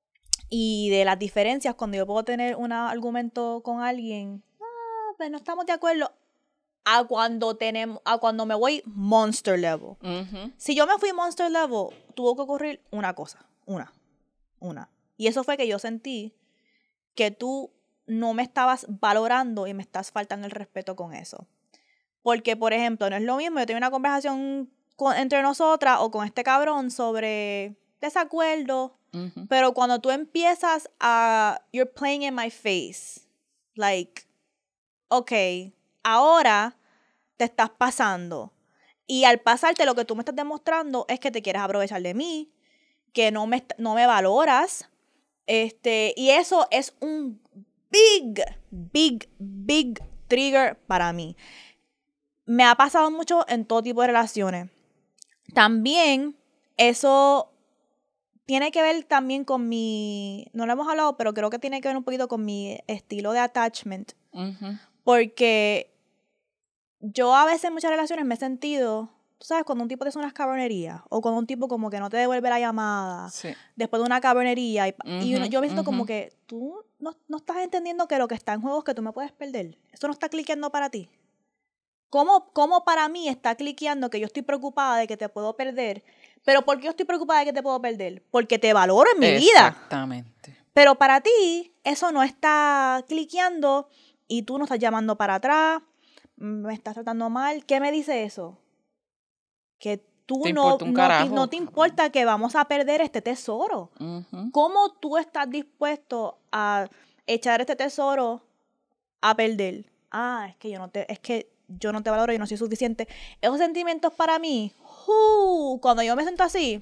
y de las diferencias cuando yo puedo tener un argumento con alguien, ah, pues no estamos de acuerdo, a cuando tenemos, a cuando me voy monster level. Uh-huh. Si yo me fui monster level, tuvo que ocurrir una cosa, una, una. Y eso fue que yo sentí que tú no me estabas valorando y me estás faltando el respeto con eso. Porque, por ejemplo, no es lo mismo yo tengo una conversación con, entre nosotras o con este cabrón sobre desacuerdo, uh-huh. pero cuando tú empiezas a, you're playing in my face, like, okay, ahora te estás pasando. Y al pasarte, lo que tú me estás demostrando es que te quieres aprovechar de mí, que no me, no me valoras. Este, y eso es un big, big, big trigger para mí. Me ha pasado mucho en todo tipo de relaciones. También eso tiene que ver también con mi, no lo hemos hablado, pero creo que tiene que ver un poquito con mi estilo de attachment. Uh-huh. Porque yo a veces en muchas relaciones me he sentido, tú sabes, cuando un tipo te hace unas cabronerías, o cuando un tipo como que no te devuelve la llamada, sí. después de una cabronería, y, uh-huh, y uno, yo me siento uh-huh. como que tú no, no estás entendiendo que lo que está en juego es que tú me puedes perder. Eso no está cliqueando para ti. ¿Cómo, cómo para mí está cliqueando que yo estoy preocupada de que te puedo perder? Pero ¿por qué yo estoy preocupada de que te puedo perder? Porque te valoro en mi Exactamente. vida. Exactamente. Pero para ti, eso no está cliqueando y tú no estás llamando para atrás, me estás tratando mal. ¿Qué me dice eso? Que tú no, no, te, no te importa que vamos a perder este tesoro. Uh-huh. ¿Cómo tú estás dispuesto a echar este tesoro a perder? Ah, es que yo no te, es que yo no te valoro, yo no soy suficiente. Esos sentimientos para mí, uh, cuando yo me siento así.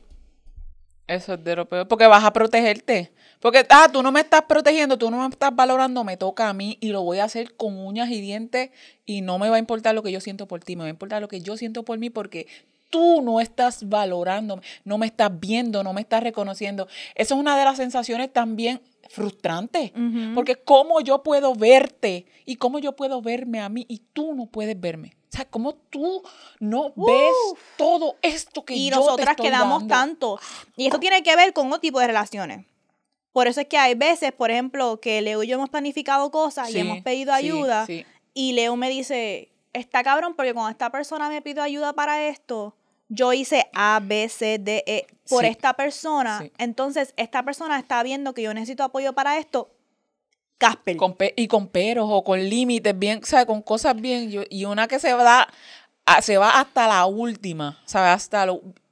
Eso es de lo peor, porque vas a protegerte. Porque, ah, tú no me estás protegiendo, tú no me estás valorando, me toca a mí y lo voy a hacer con uñas y dientes y no me va a importar lo que yo siento por ti, me va a importar lo que yo siento por mí porque tú no estás valorándome, no me estás viendo, no me estás reconociendo. Esa es una de las sensaciones también frustrantes, uh-huh. porque cómo yo puedo verte y cómo yo puedo verme a mí y tú no puedes verme. O sea, cómo tú no uh, ves todo esto que yo te estoy dando. Y nosotras quedamos tanto. Y esto tiene que ver con otro tipo de relaciones. Por eso es que hay veces, por ejemplo, que Leo y yo hemos planificado cosas sí, y hemos pedido ayuda. Sí, sí. Y Leo me dice, está cabrón porque cuando esta persona me pidió ayuda para esto, yo hice A, B, C, D, E por sí. esta persona. Sí. Entonces, esta persona está viendo que yo necesito apoyo para esto. Casper. Con pe- y con peros o con límites, bien, o sea, con cosas bien. Yo, y una que se va, a, se va hasta la última, ¿sabes? Hasta lo...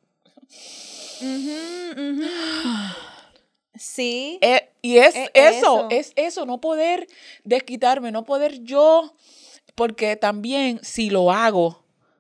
Uh-huh, uh-huh. Sí. Eh, y es, es eso, eso, es eso, no poder desquitarme, no poder yo, porque también si lo hago,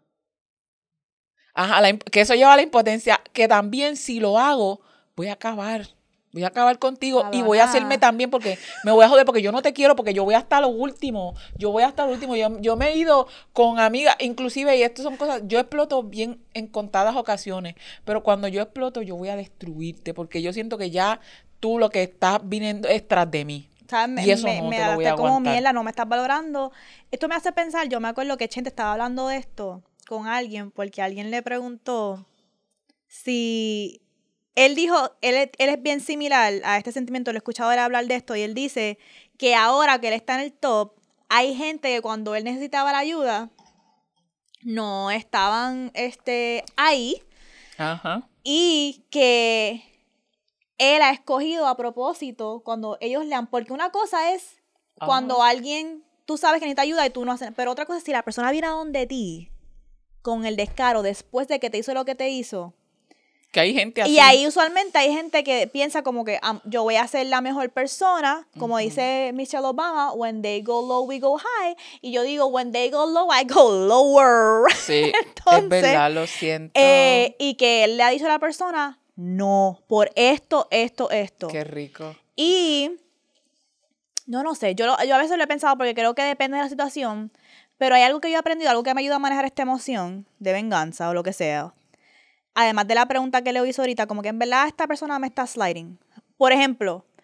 ajá, la, que eso lleva a la impotencia, que también si lo hago, voy a acabar. Voy a acabar contigo Cabrona. Y voy a hacerme también porque me voy a joder porque yo no te quiero, porque yo voy hasta lo último. Yo voy hasta lo último. Yo, yo me he ido con amigas, inclusive, y esto son cosas, yo exploto bien en contadas ocasiones, pero cuando yo exploto yo voy a destruirte porque yo siento que ya tú lo que estás viniendo es tras de mí. O sea, me, y eso me, no me te lo voy a aguantar. Como mierda, no me estás valorando. Esto me hace pensar, yo me acuerdo que Chente estaba hablando de esto con alguien porque alguien le preguntó si... Él dijo, él, él es bien similar a este sentimiento, lo he escuchado él hablar de esto, y él dice que ahora que él está en el top, hay gente que cuando él necesitaba la ayuda, no estaban este, ahí, Ajá. y que él ha escogido a propósito cuando ellos le han, porque una cosa es cuando Ajá. alguien, tú sabes que necesita ayuda y tú no haces, pero otra cosa es si la persona viene a donde ti, con el descaro, después de que te hizo lo que te hizo, que hay gente así. Y ahí usualmente hay gente que piensa como que um, yo voy a ser la mejor persona, como uh-huh. dice Michelle Obama, when they go low, we go high. Y yo digo, when they go low, I go lower. Sí, entonces, es verdad, lo siento. Eh, y que él le ha dicho a la persona, no, por esto, esto, esto. Qué rico. Y, no, no sé, yo, yo a veces lo he pensado porque creo que depende de la situación, pero hay algo que yo he aprendido, algo que me ayuda a manejar esta emoción de venganza o lo que sea. Además de la pregunta que le hizo ahorita, como que en verdad esta persona me está sliding. Por ejemplo,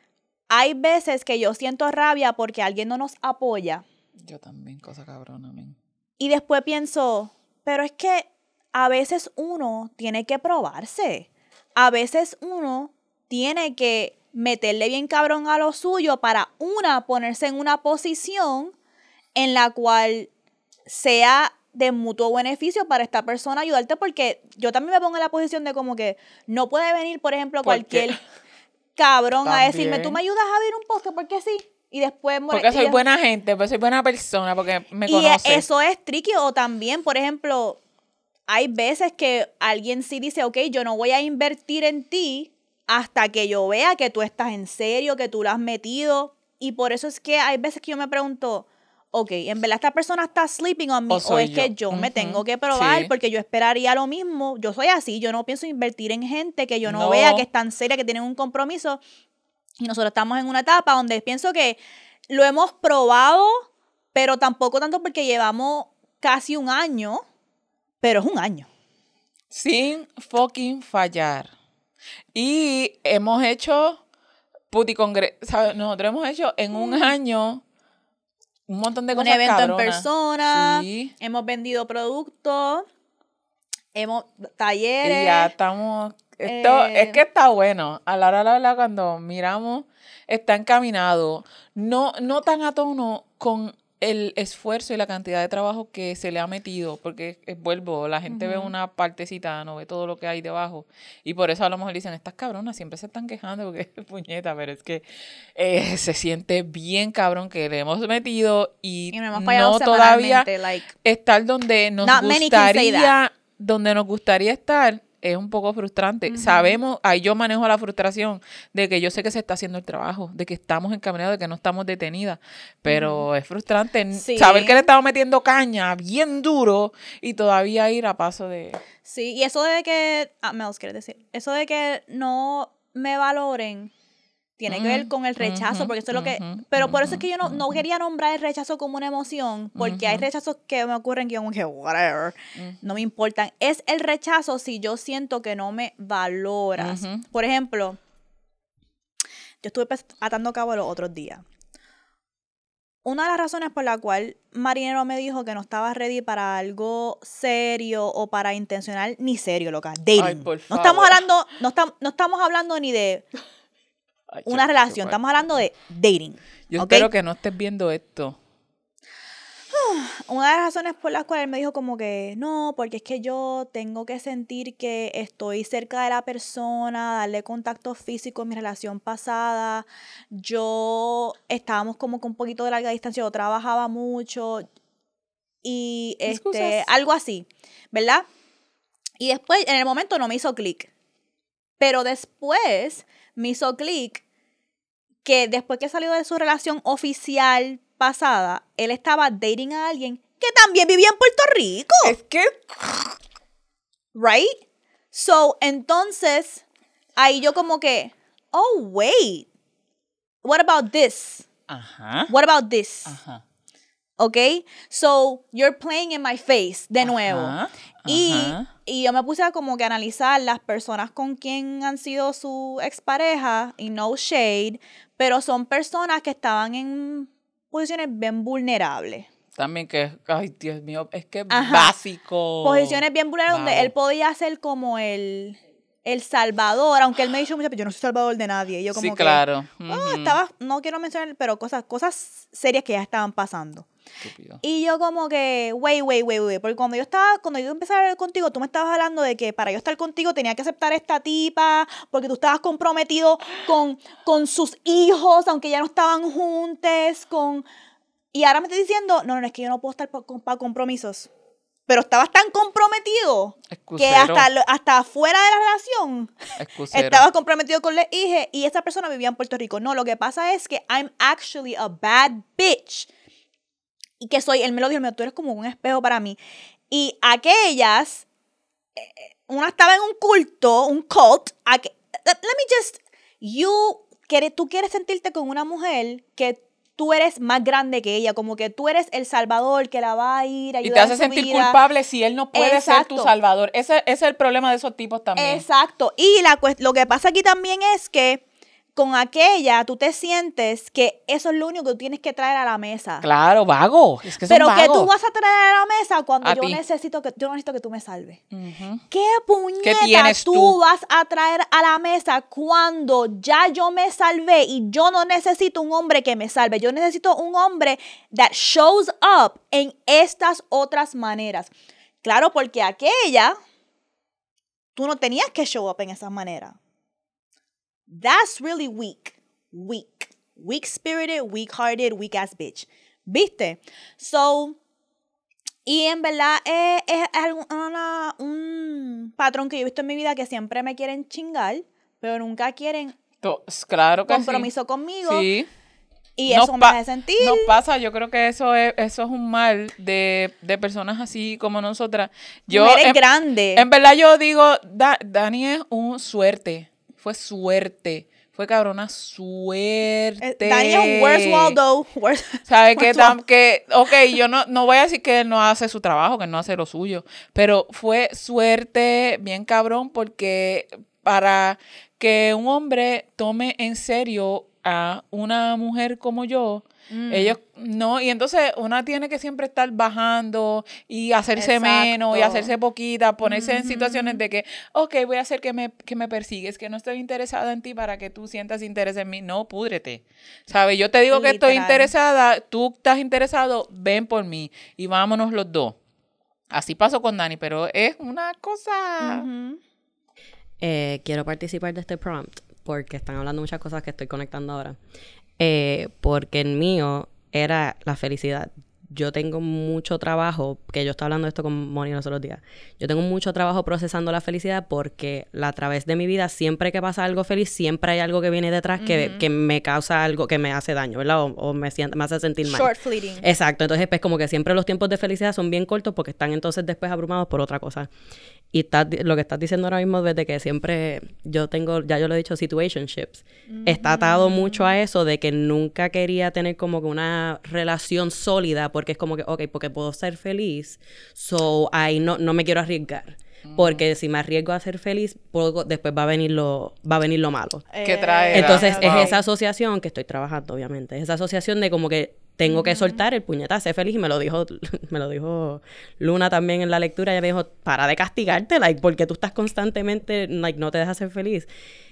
hay veces que yo siento rabia porque alguien no nos apoya. Yo también, cosa cabrona, men. Y después pienso, pero es que a veces uno tiene que probarse. A veces uno tiene que meterle bien cabrón a lo suyo para una ponerse en una posición en la cual sea de mutuo beneficio para esta persona ayudarte, porque yo también me pongo en la posición de como que no puede venir, por ejemplo, cualquier cabrón también. a decirme, tú me ayudas a abrir un poste porque sí. Y después... Porque soy buena gente, porque soy buena persona, porque me conoce. Y eso es tricky. O también, por ejemplo, hay veces que alguien sí dice, ok, yo no voy a invertir en ti hasta que yo vea que tú estás en serio, que tú lo has metido. Y por eso es que hay veces que yo me pregunto, ok, ¿en verdad esta persona está sleeping on me? O, o es yo. que yo uh-huh. me tengo que probar, sí. porque yo esperaría lo mismo. Yo soy así, yo no pienso invertir en gente que yo no, no. vea que es tan seria, que tienen un compromiso. Y nosotros estamos en una etapa donde pienso que lo hemos probado, pero tampoco tanto porque llevamos casi un año, pero es un año. Sin fucking fallar. Y hemos hecho puticongreso, ¿sabes? Nosotros hemos hecho en un mm. año un montón de un cosas evento cabronas. En persona, sí. hemos vendido productos, hemos talleres. Y ya estamos... Esto, eh, es que está bueno. A la hora de la verdad, cuando miramos, está encaminado. No, no tan a tono con el esfuerzo y la cantidad de trabajo que se le ha metido. Porque, eh, vuelvo, la gente uh-huh. ve una partecita, no ve todo lo que hay debajo. Y por eso a lo mejor dicen, estas cabronas siempre se están quejando porque es puñeta. Pero es que eh, se siente bien cabrón que le hemos metido y, y no, no todavía like, estar donde nos gustaría, donde nos gustaría estar. Es un poco frustrante. Uh-huh. Sabemos, ahí yo manejo la frustración de que yo sé que se está haciendo el trabajo, de que estamos encaminados, de que no estamos detenidas, pero uh-huh. es frustrante sí. saber que le estamos metiendo caña bien duro y todavía ir a paso de... Sí, y eso de que... Ah, Mels, ¿quieres decir? Eso de que no me valoren tiene uh-huh. que ver con el rechazo, uh-huh. porque eso es lo que... Uh-huh. Pero por eso es que yo no, no quería nombrar el rechazo como una emoción, porque uh-huh. hay rechazos que me ocurren que yo como que, whatever, uh-huh. no me importan. Es el rechazo si yo siento que no me valoras. Uh-huh. Por ejemplo, yo estuve atando cabo los otros días. Una de las razones por la cual Marinero me dijo que no estaba ready para algo serio o para intencional, ni serio, loca, dating. Ay, por favor. No estamos hablando, no, tam, no estamos hablando ni de... Ay, una relación, estamos hablando de dating. Yo ¿okay? espero que no estés viendo esto. Una de las razones por las cuales él me dijo como que no, porque es que yo tengo que sentir que estoy cerca de la persona, darle contacto físico en mi relación pasada. Yo estábamos como con un poquito de larga distancia, yo trabajaba mucho y este, algo así, ¿verdad? Y después, en el momento no me hizo clic. Pero después me hizo clic que después que salió de su relación oficial pasada, él estaba dating a alguien que también vivía en Puerto Rico. Es que... Right? So, entonces, ahí yo como que, oh, wait. What about this? Ajá. What about this? Ajá. Okay? So, you're playing in my face de nuevo. Ajá. Y, Ajá. y yo me puse a como que analizar las personas con quien han sido su expareja, y no shade, pero son personas que estaban en posiciones bien vulnerables. También que, ay, Dios mío, es que es Ajá. básico. Posiciones bien vulnerables wow. donde él podía ser como el, el salvador, aunque él me dijo mucho, pero yo no soy salvador de nadie. Y yo como sí, que, claro. Oh, uh-huh. estaba, no quiero mencionar, pero cosas, cosas serias que ya estaban pasando. Estúpido. Y yo como que, wait, wait, wait, wait, porque cuando yo estaba, cuando yo empecé a hablar contigo, tú me estabas hablando de que para yo estar contigo tenía que aceptar a esta tipa, porque tú estabas comprometido con, con sus hijos, aunque ya no estaban juntos, con... Y ahora me estás diciendo, no, no, es que yo no puedo estar para pa compromisos. Pero estabas tan comprometido Excusero. que hasta, hasta fuera de la relación Excusero. estabas comprometido con la hija y esa persona vivía en Puerto Rico. No, lo que pasa es que I'm actually a bad bitch. Y que soy, él me lo dijo, tú eres como un espejo para mí. Y aquellas, una estaba en un culto, un cult. Aqu- let me just, you, tú quieres sentirte con una mujer que tú eres más grande que ella, como que tú eres el salvador que la va a ir a ayudar. Y te hace en su sentir vida. culpable si él no puede Exacto. ser tu salvador. Ese, ese es el problema de esos tipos también. Exacto. Y la, lo que pasa aquí también es que con aquella tú te sientes que eso es lo único que tú tienes que traer a la mesa. Claro, vago. Es que son Pero vagos. que tú vas a traer a la mesa cuando A yo ti. necesito que yo necesito que tú me salves. Ujú. ¿Qué puñeta tienes tú, tú? vas a traer a la mesa cuando ya yo me salvé y yo no necesito un hombre que me salve? Yo necesito un hombre that shows up en estas otras maneras. Claro, porque aquella, tú no tenías que show up en esas maneras. That's really weak. Weak. Weak-spirited, weak-hearted, weak-ass bitch. ¿Viste? So, y en verdad es, es algo- una- un patrón que yo he visto en mi vida que siempre me quieren chingar, pero nunca quieren To- Claro que compromiso sí. conmigo. Sí. Y Nos eso me pa- hace sentir. Nos pasa, yo creo que eso es, eso es un mal de, de personas así como nosotras. Yo, Mujeres en, grandes. en verdad yo digo, Da- Dani es un suerte. Fue suerte. Fue cabrona suerte. Eh, Daniel, where's Waldo? Where's, ¿Sabe que, where's tam- que ok, yo no, no voy a decir que él no hace su trabajo, que él no hace lo suyo, pero fue suerte bien cabrón porque para que un hombre tome en serio a una mujer como yo, Mm. ellos no, y entonces una tiene que siempre estar bajando y hacerse Exacto. menos y hacerse poquita, ponerse en Ujú. situaciones de que, ok, voy a hacer que me, que me persigues, que no estoy interesada en ti para que tú sientas interés en mí. No, púdrete. ¿Sabes? Yo te digo que estoy Literal. interesada, tú estás interesado, ven por mí y vámonos los dos. Así pasó con Dani, pero es una cosa... Ujú. Eh, quiero participar de este prompt porque están hablando muchas cosas que estoy conectando ahora. Eh, porque el mío era la felicidad. Yo tengo mucho trabajo, que yo estaba hablando de esto con Moni los otros días. Yo tengo mucho trabajo procesando la felicidad porque la, a través de mi vida, siempre que pasa algo feliz, siempre hay algo que viene detrás que, Ujú. que me causa algo, que me hace daño, ¿verdad? O, o me, siente, me hace sentir mal. Short fleeting. Exacto, entonces pues como que siempre los tiempos de felicidad son bien cortos porque están entonces después abrumados por otra cosa. Y estás, lo que estás diciendo ahora mismo desde que siempre yo tengo, ya yo lo he dicho, situationships, mm-hmm. está atado mucho a eso de que nunca quería tener como que una relación sólida porque es como que, ok, porque puedo ser feliz, so ahí no, no me quiero arriesgar. Porque si me arriesgo a ser feliz, puedo, después va a venir lo, va a venir lo malo. ¿Qué trae? Entonces Wow. es esa asociación que estoy trabajando, obviamente. Es esa asociación de como que tengo uh-huh. que soltar el puñetazo, ser feliz. Y me lo dijo, me lo dijo Luna también en la lectura. Ella me dijo, para de castigarte, like, porque tú estás constantemente, like, no te dejas ser feliz.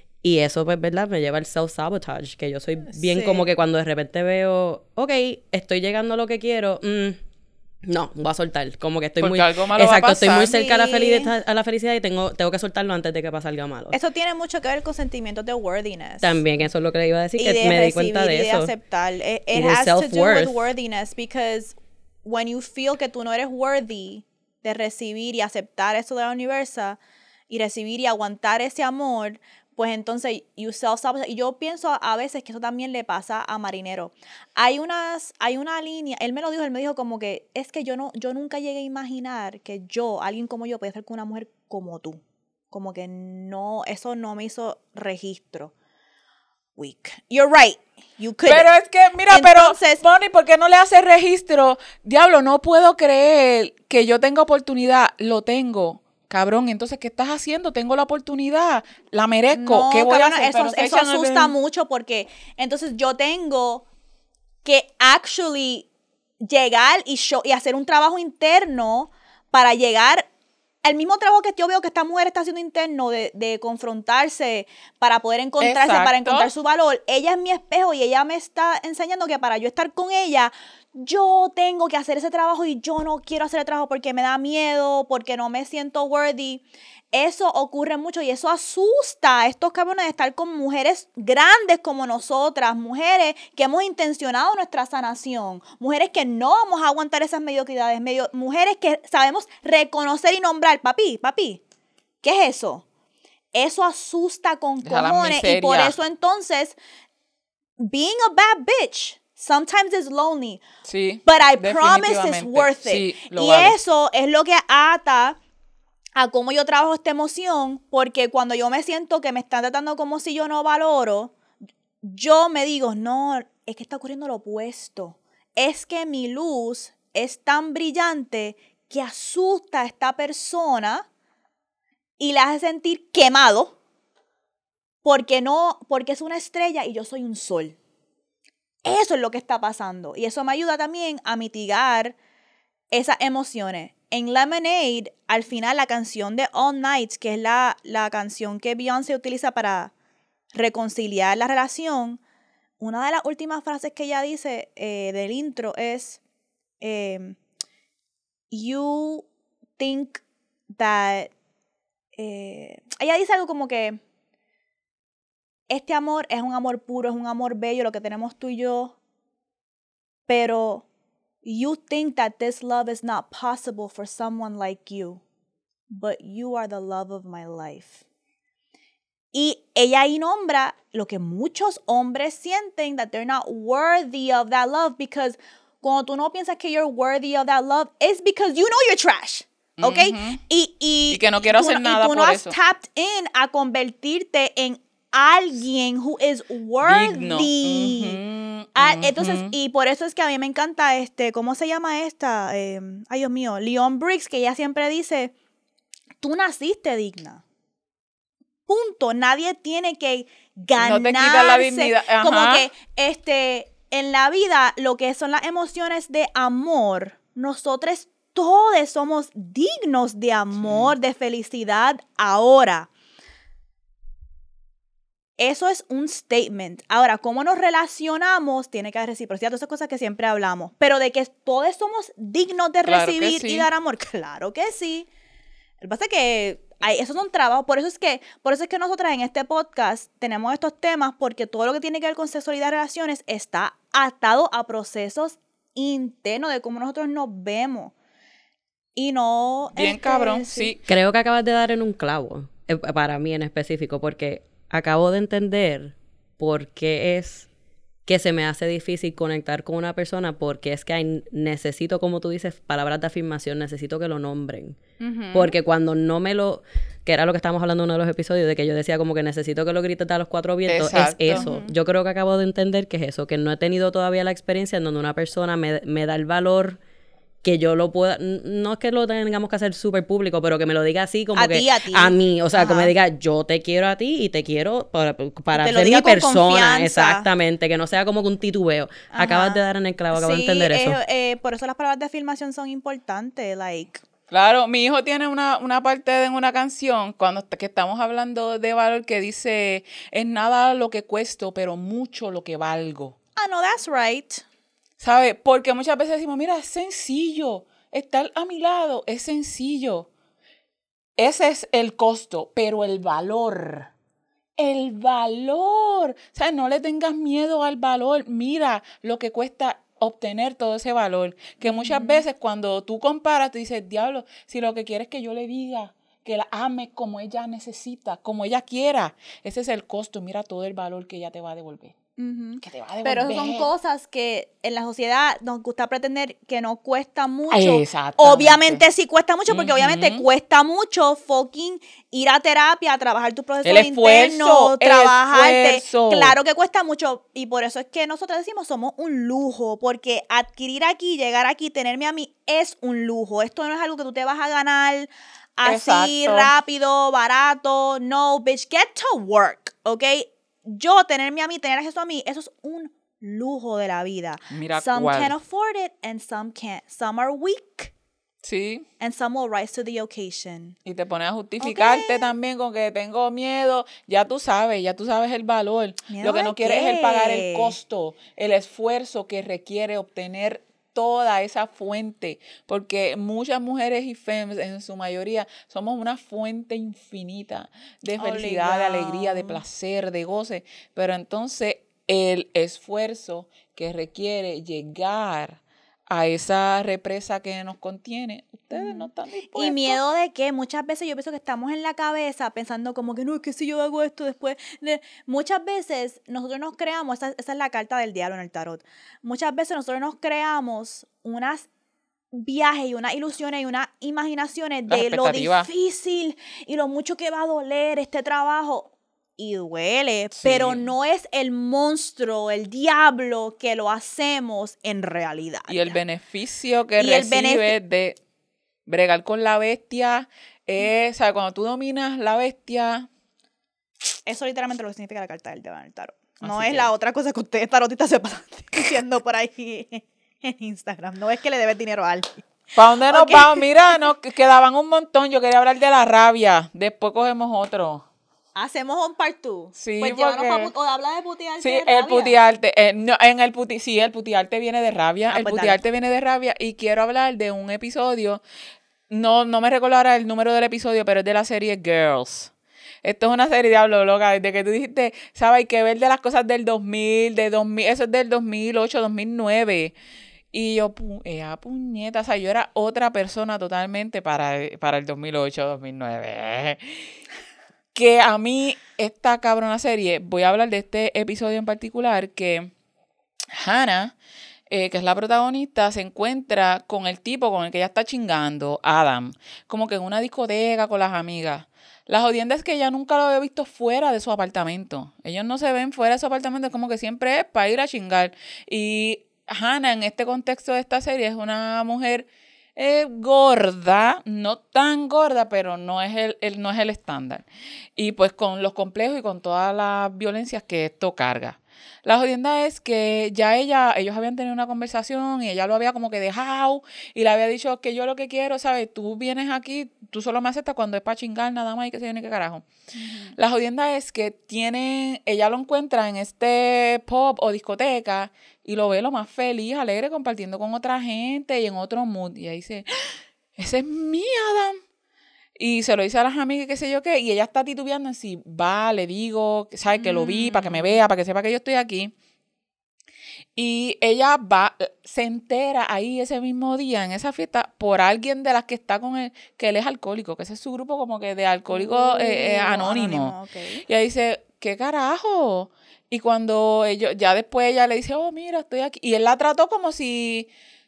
Y eso, pues, ¿verdad? Me lleva al self-sabotage, que yo soy bien sí. como que cuando de repente veo, ok, estoy llegando a lo que quiero, mmm, no, voy a soltar, como que estoy porque muy algo malo exacto, va a pasar. estoy muy cerca sí. a, la felicidad, a la felicidad y tengo, tengo que soltarlo antes de que pase algo malo. Eso tiene mucho que ver con sentimientos de worthiness. También eso es lo que le iba a decir, y que de me di cuenta de, de eso. aceptar. It, it y de has to do self-worth. with worthiness because when you feel que tú no eres worthy de recibir y aceptar eso de la universa y recibir y aguantar ese amor, pues entonces you self-sabotage. Y yo pienso a veces que eso también le pasa a Marinero. Hay unas, hay una línea, él me lo dijo, él me dijo como que es que yo no, yo nunca llegué a imaginar que yo, alguien como yo, podía estar con una mujer como tú. Como que no, eso no me hizo registro. Weak. You're right. You could. Pero es que, mira, entonces, pero, Bonnie, ¿por qué no le haces registro? Diablo, no puedo creer que yo tenga oportunidad. Lo tengo. Cabrón, entonces, ¿qué estás haciendo? Tengo la oportunidad, la merezco. No, ¿Qué voy cabrona, a hacer? Eso, eso asusta el... mucho porque entonces yo tengo que actually llegar y, show, y hacer un trabajo interno para llegar al mismo trabajo que yo veo que esta mujer está haciendo interno de, de confrontarse para poder encontrarse, Exacto. para encontrar su valor. Ella es mi espejo y ella me está enseñando que para yo estar con ella, yo tengo que hacer ese trabajo y yo no quiero hacer el trabajo porque me da miedo, porque no me siento worthy. Eso ocurre mucho y eso asusta a estos cabrones de estar con mujeres grandes como nosotras, mujeres que hemos intencionado nuestra sanación, mujeres que no vamos a aguantar esas mediocridades, medio, mujeres que sabemos reconocer y nombrar, papi, papi, ¿qué es eso? Eso asusta con cojones y por eso entonces, being a bad bitch sometimes is lonely, sí, but I promise it's worth it. Sí, lo y vale. eso es lo que ata a cómo yo trabajo esta emoción, porque cuando yo me siento que me están tratando como si yo no valoro, yo me digo, no, es que está ocurriendo lo opuesto. Es que mi luz es tan brillante que asusta a esta persona y la hace sentir quemado porque no, porque es una estrella y yo soy un sol. Eso es lo que está pasando. Y eso me ayuda también a mitigar esas emociones. En Lemonade, al final, la canción de All Night, que es la, la canción que Beyoncé utiliza para reconciliar la relación, una de las últimas frases que ella dice eh, del intro es eh, you think that eh, ella dice algo como que este amor es un amor puro, es un amor bello, lo que tenemos tú y yo, pero you think that this love is not possible for someone like you, but you are the love of my life. Y ella ahí nombra lo que muchos hombres sienten, that they're not worthy of that love, because cuando tú no piensas que you're worthy of that love, it's because you know you're trash, ¿ok? Uh-huh. y, y, y que no quiero tú, hacer nada y tú por no eso. has tapped in a convertirte en alguien who is worthy. Digno. Uh-huh, Ah, uh-huh. Entonces, y por eso es que a mí me encanta, este, ¿cómo se llama esta? Eh, ay, Dios mío, Leon Briggs, que ella siempre dice, tú naciste digna. Punto. Nadie tiene que ganarse. No te quita la dignidad. Ajá. Como que, este, en la vida, lo que son las emociones de amor, nosotros todos somos dignos de amor, sí. de felicidad ahora. Eso es un statement. Ahora, cómo nos relacionamos, tiene que haber reciprocidad, todas esas cosas que siempre hablamos. Pero de que todos somos dignos de claro recibir sí. y dar amor, claro que sí. Lo que pasa es que hay, esos son trabajos, por eso es que, por eso es que nosotras en este podcast tenemos estos temas, porque todo lo que tiene que ver con sexualidad y relaciones está atado a procesos internos de cómo nosotros nos vemos. Y no... Bien este, cabrón, sí. sí. Creo que acabas de dar en un clavo, eh, para mí en específico, porque acabo de entender por qué es que se me hace difícil conectar con una persona, porque es que hay, necesito, como tú dices, palabras de afirmación, necesito que lo nombren. Uh-huh. Porque cuando no me lo... que era lo que estábamos hablando en uno de los episodios, de que yo decía como que necesito que lo grites a los cuatro vientos, exacto. Es eso. Uh-huh. Yo creo que acabo de entender que es eso, que no he tenido todavía la experiencia en donde una persona me, me da el valor que yo lo pueda, no es que lo tengamos que hacer súper público, pero que me lo diga así como a que ti, a ti. A mí, o sea, Ajá. que me diga yo te quiero a ti y te quiero para, para te ser mi persona, confianza. Exactamente, que no sea como que un titubeo. Ajá. Acabas de dar en el clavo, acabo sí, de entender eh, eso. Eh, por eso las palabras de afirmación son importantes, like... Claro, mi hijo tiene una, una parte en una canción cuando que estamos hablando de valor que dice, es nada lo que cuesto, pero mucho lo que valgo. Ah, no, that's right. ¿Sabes? Porque muchas veces decimos, mira, es sencillo. Estar a mi lado es sencillo. Ese es el costo, pero el valor, el valor, o sea, no le tengas miedo al valor. Mira lo que cuesta obtener todo ese valor, que muchas veces cuando tú comparas, tú dices, diablo, si lo que quieres es que yo le diga, que la ame como ella necesita, como ella quiera, ese es el costo. Mira todo el valor que ella te va a devolver. Uh-huh. Que te va a devolver. Pero son cosas que en la sociedad nos gusta pretender que no cuesta mucho. Obviamente sí cuesta mucho, porque uh-huh. obviamente cuesta mucho fucking ir a terapia, a trabajar tu proceso el esfuerzo, interno, el trabajarte. Esfuerzo. Claro que cuesta mucho, y por eso es que nosotros decimos somos un lujo, porque adquirir aquí, llegar aquí, tenerme a mí es un lujo. Esto no es algo que tú te vas a ganar así, exacto. rápido, barato. No, bitch, get to work, ¿ok? Yo, tenerme a mí, tener acceso a mí, eso es un lujo de la vida. Mira some cuál. can afford it and some can't. Some are weak. Sí. And some will rise to the occasion. Y te pones a justificarte okay. también con que tengo miedo. Ya tú sabes, ya tú sabes el valor. Lo que no quieres es el pagar el costo, el esfuerzo que requiere obtener toda esa fuente, porque muchas mujeres y femmes, en su mayoría, somos una fuente infinita de felicidad, Obligado. de alegría, de placer, de goce, pero entonces el esfuerzo que requiere llegar a esa represa que nos contiene, ustedes no están dispuestos. Y miedo de que muchas veces yo pienso que estamos en la cabeza pensando como que no, es que si yo hago esto después, de... muchas veces nosotros nos creamos, esa, esa es la carta del diablo en el tarot, muchas veces nosotros nos creamos unas viajes y unas ilusiones y unas imaginaciones de lo difícil y lo mucho que va a doler este trabajo. Y duele, sí. pero no es el monstruo, el diablo que lo hacemos en realidad. Y el beneficio que recibe de bregar con la bestia es, o sea, cuando tú dominas la bestia, Eso literalmente lo que significa la carta del Devil en el tarot. No Así es que- la otra cosa que ustedes tarotistas se pasan diciendo por ahí en Instagram. No es que le debes dinero a alguien. ¿Para dónde nos Ok. vamos? Mira, nos quedaban un montón. Yo quería hablar de la rabia. Después cogemos otro. Hacemos un part two. Sí, Pues llévanos porque- pa' put- o habla de putearte Sí, de el rabia. putearte. eh, no, en el puti, sí, el putearte viene de rabia. Ah, el pues dale. putearte viene de rabia. Y quiero hablar de un episodio. No, no me recuerdo ahora el número del episodio, pero es de la serie Girls. Esto es una serie, diablo, loca. Desde que tú dijiste, ¿sabes? Hay que ver de las cosas del dos mil, de dos mil, eso es del dos mil ocho, dos mil nueve. Y yo, pu ea, puñeta, o sea, yo era otra persona totalmente para, para el dos mil ocho, dos mil nueve. Que a mí, esta cabrona serie, voy a hablar de este episodio en particular, que Hannah, eh, que es la protagonista, se encuentra con el tipo con el que ella está chingando, Adam, como que en una discoteca con las amigas. La jodienda es que ella nunca lo había visto fuera de su apartamento. Ellos no se ven fuera de su apartamento, es como que siempre es para ir a chingar. Y Hannah, en este contexto de esta serie, es una mujer eh, gorda, no tan gorda, pero no es el, el- no es el estándar. Y pues con los complejos y con todas las violencias que esto carga. La jodienda es que ya ella, ellos habían tenido una conversación y ella lo había como que dejado y le había dicho que yo lo que quiero, ¿sabes? Tú vienes aquí, tú solo me aceptas cuando es para chingar nada más y que se viene que carajo. Uh-huh. La jodienda es que tiene, ella lo encuentra en este pub o discoteca y lo ve lo más feliz, alegre, compartiendo con otra gente y en otro mood. Y ella dice, ese es mi Adam. Y se lo dice a las amigas, qué sé yo qué, y ella está titubeando en si va, le digo, ¿sabes? Que lo vi, para que me vea, para que sepa que yo estoy aquí. Y ella va, se entera ahí ese mismo día, en esa fiesta, por alguien de las que está con él, que él es alcohólico, que ese es su grupo como que de alcohólicos uh, eh, eh, anónimo. anónimo okay. Y ella dice, ¿qué carajo? Y cuando ellos, ya después ella le dice, oh, mira, estoy aquí. Y él la trató como si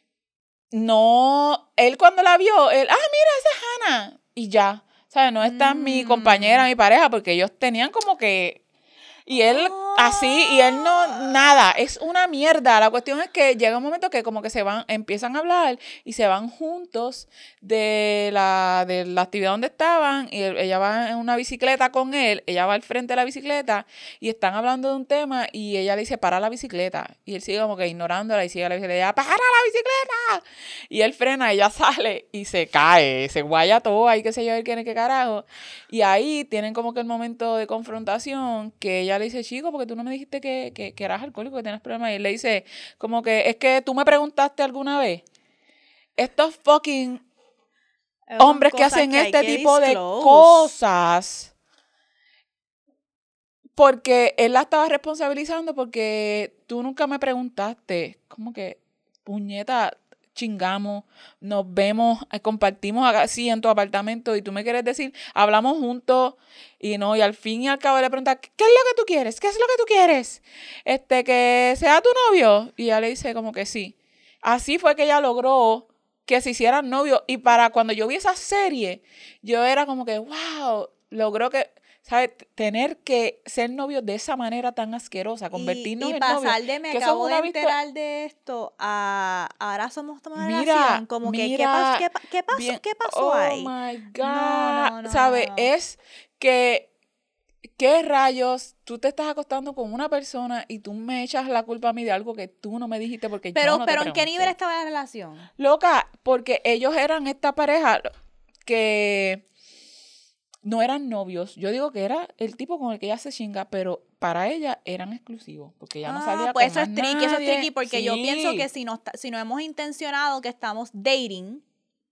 no, él cuando la vio, él, ah, mira, esa es Hannah. Y ya, ¿sabes? No está mm. mi compañera, mi pareja, porque ellos tenían como que... Y él oh. así, y él no, nada, es una mierda. La cuestión es que llega un momento que como que se van, empiezan a hablar y se van juntos de la, de la actividad donde estaban y él, ella va en una bicicleta con él, ella va al frente de la bicicleta y están hablando de un tema y ella le dice, para la bicicleta. Y él sigue como que ignorándola y sigue la bicicleta, para la bicicleta. Y él frena, ella sale y se cae, se guaya todo, ahí que se lleva el quién es qué carajo. Y ahí tienen como que el momento de confrontación que ella le dice, chico, porque tú no me dijiste que, que, que eras alcohólico, que tenías problemas. Y él le dice, como que, es que tú me preguntaste alguna vez. Estos fucking es hombres que hacen que este que tipo disclose. de cosas. Porque él la estaba responsabilizando porque tú nunca me preguntaste. Como que, puñeta, chingamos, nos vemos, compartimos así en tu apartamento y tú me quieres decir, hablamos juntos y no, y al fin y al cabo le pregunta, ¿qué es lo que tú quieres? ¿Qué es lo que tú quieres? Este, que sea tu novio. Y ella le dice como que sí. Así fue que ella logró que se hicieran novios. Y para cuando yo vi esa serie, yo era como que, wow, logró que... ¿sabes? Tener que ser novios de esa manera tan asquerosa, convertirnos y, y en novios. Y pasar de me acabo de enterar vista... de esto a ahora somos una mira, relación. Como mira, que, ¿qué, pas, qué, qué pasó, bien, ¿qué pasó oh ahí? Oh, my God. No, no, no, ¿sabes? No. Es que... ¿Qué rayos? Tú te estás acostando con una persona y tú me echas la culpa a mí de algo que tú no me dijiste porque pero, yo no pero te ¿en qué nivel estaba la relación? Loca, porque ellos eran esta pareja que no eran novios. Yo digo que era el tipo con el que ella se chinga, pero para ella eran exclusivos, porque ella ah, no salía pues con eso más es tricky, nadie. eso es tricky, porque sí. yo pienso que si no, si no hemos intencionado que estamos dating,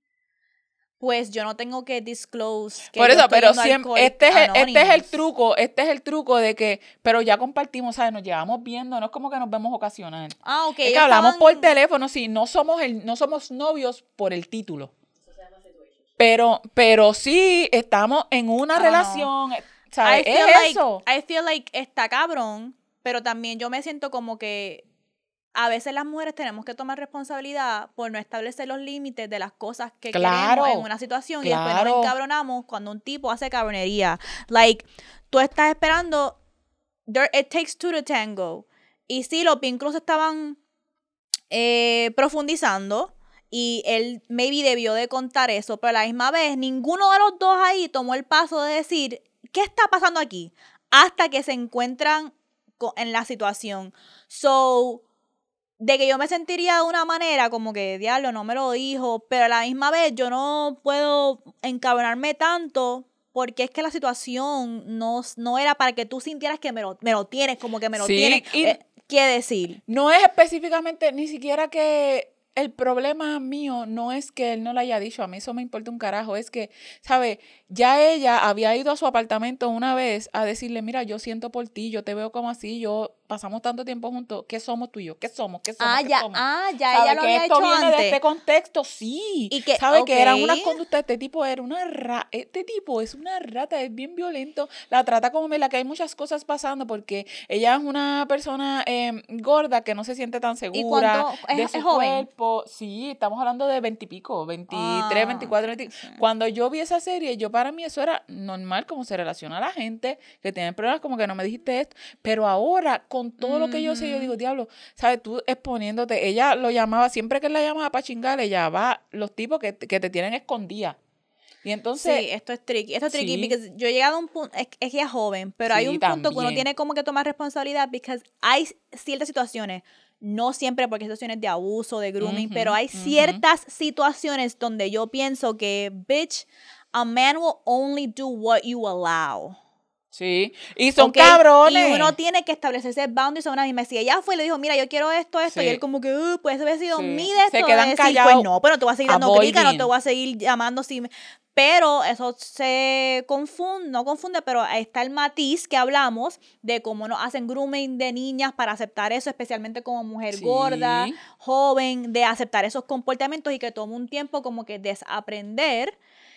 pues yo no tengo que disclose que por eso, yo estoy pero yendo siempre, este es, el, este es el truco, este es el truco de que, pero ya compartimos, ¿sabes? Nos llevamos viendo, no es como que nos vemos ocasional. Ah, ok. Es que hablamos estaban... por teléfono, sí, no somos el, no somos novios por el título. Pero, pero sí estamos en una oh, relación, ¿sabes? Es like, eso. I feel like está cabrón, pero también yo me siento como que a veces las mujeres tenemos que tomar responsabilidad por no establecer los límites de las cosas que claro, queremos en una situación claro. y después nos encabronamos cuando un tipo hace cabronería. Like, tú estás esperando, there, it takes two to tango. Y sí, los vínculos estaban eh, profundizando y él maybe debió de contar eso, pero a la misma vez ninguno de los dos ahí tomó el paso de decir, ¿qué está pasando aquí? hasta que se encuentran co- en la situación. So, de que yo me sentiría de una manera como que, diablo, no me lo dijo, pero a la misma vez yo no puedo encabronarme tanto porque es que la situación no, no era para que tú sintieras que me lo, me lo tienes, como que me lo Sí, tienes. y- Eh, ¿Qué decir? No es específicamente, ni siquiera que el problema mío no es que él no lo haya dicho, a mí eso me importa un carajo, es que, ¿sabe? Ya ella había ido a su apartamento una vez a decirle, mira, yo siento por ti, yo te veo como así, yo pasamos tanto tiempo juntos, ¿qué somos tú y yo? ¿Qué somos? ¿Qué somos? Ah, ¿Qué ya, somos? ah, ya ¿Sabe? ella lo Que había esto hecho viene antes. de este contexto, sí. Y que, ¿Sabe? Que eran ok. unas conductas, este tipo era una rata, este tipo es una rata, es bien violento, la trata como me la que hay muchas cosas pasando porque ella es una persona eh, gorda que no se siente tan segura cuánto- de es- su es joven? cuerpo. Sí, estamos hablando de veintipico, veintitrés, Ah, veinticuatro, veinte. sí. Cuando yo vi esa serie, yo para mí eso era normal como se relaciona a la gente que tiene problemas, como que no me dijiste esto, pero ahora con todo lo que yo sé, yo digo, diablo, ¿sabes? Tú exponiéndote, ella lo llamaba, siempre que él la llamaba para chingar, ella va, los tipos que, que te tienen escondida. Y entonces, Sí, esto es tricky. Esto es tricky sí. porque yo he llegado a un punto, es, es que ella es joven, pero hay Sí, un punto que uno también. tiene como que tomar responsabilidad porque hay ciertas situaciones, no siempre porque hay situaciones de abuso, de grooming, Ujú, pero hay ujú. ciertas situaciones donde yo pienso que, bitch, a man will only do what you allow. Sí, y son ¿Ok? cabrones. Y uno tiene que establecerse boundaries a una misma. Si ella fue y le dijo, mira, yo quiero esto, esto, Sí. y él como que, uh, pues haber sido Sí. mi de Se esto, quedan de decir, callados, pues no, pero no te voy a seguir dando crítica, no te avoiding. voy a seguir llamando si me- Pero eso se confunde, no confunde, pero ahí está el matiz que hablamos de cómo nos hacen grooming de niñas para aceptar eso, especialmente como mujer Sí. gorda, joven, de aceptar esos comportamientos y que toma un tiempo como que desaprender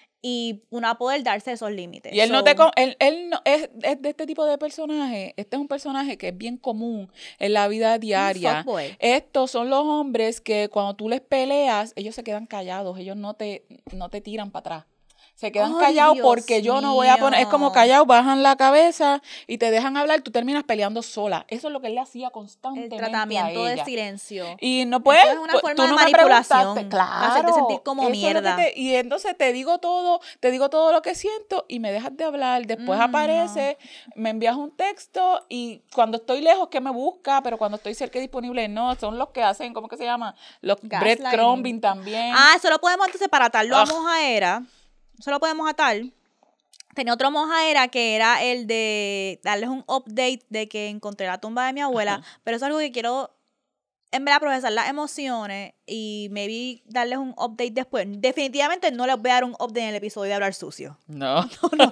y una poder darse esos límites. Y él no So, te con- él, él no es, es de este tipo de personaje. Este es un personaje que es bien común en la vida diaria. fuckboy. Estos son los hombres que cuando tú les peleas, ellos se quedan callados, ellos no te, no te tiran para atrás. Se quedan Ay, callados Dios porque yo no voy a poner, es como mío. callados, bajan la cabeza y te dejan hablar, tú terminas peleando sola. Eso es lo que él le hacía El constantemente tratamiento a de ella. silencio. Y no puedes, Eso es una pues, forma tú de no me manipulación, preguntaste, para hacerte sentir claro, como eso es lo que mierda. te- y entonces te digo todo, te digo todo lo que siento y me dejas de hablar, después Mm, aparece, me envías un texto y cuando estoy lejos que me busca, pero cuando estoy cerca y disponible no, son los que hacen, ¿cómo que se llama? Los Gaslighting. breadcrumbing también. Ah, eso lo podemos entonces para atarlo a Ah. mojaera. Eso lo podemos atar. Tenía otro mojaera que era el de darles un update de que encontré la tumba de mi abuela, Ajá. pero eso es algo que quiero en verdad procesar las emociones y maybe darles un update después. Definitivamente no les voy a dar un update en el episodio de hablar sucio. No.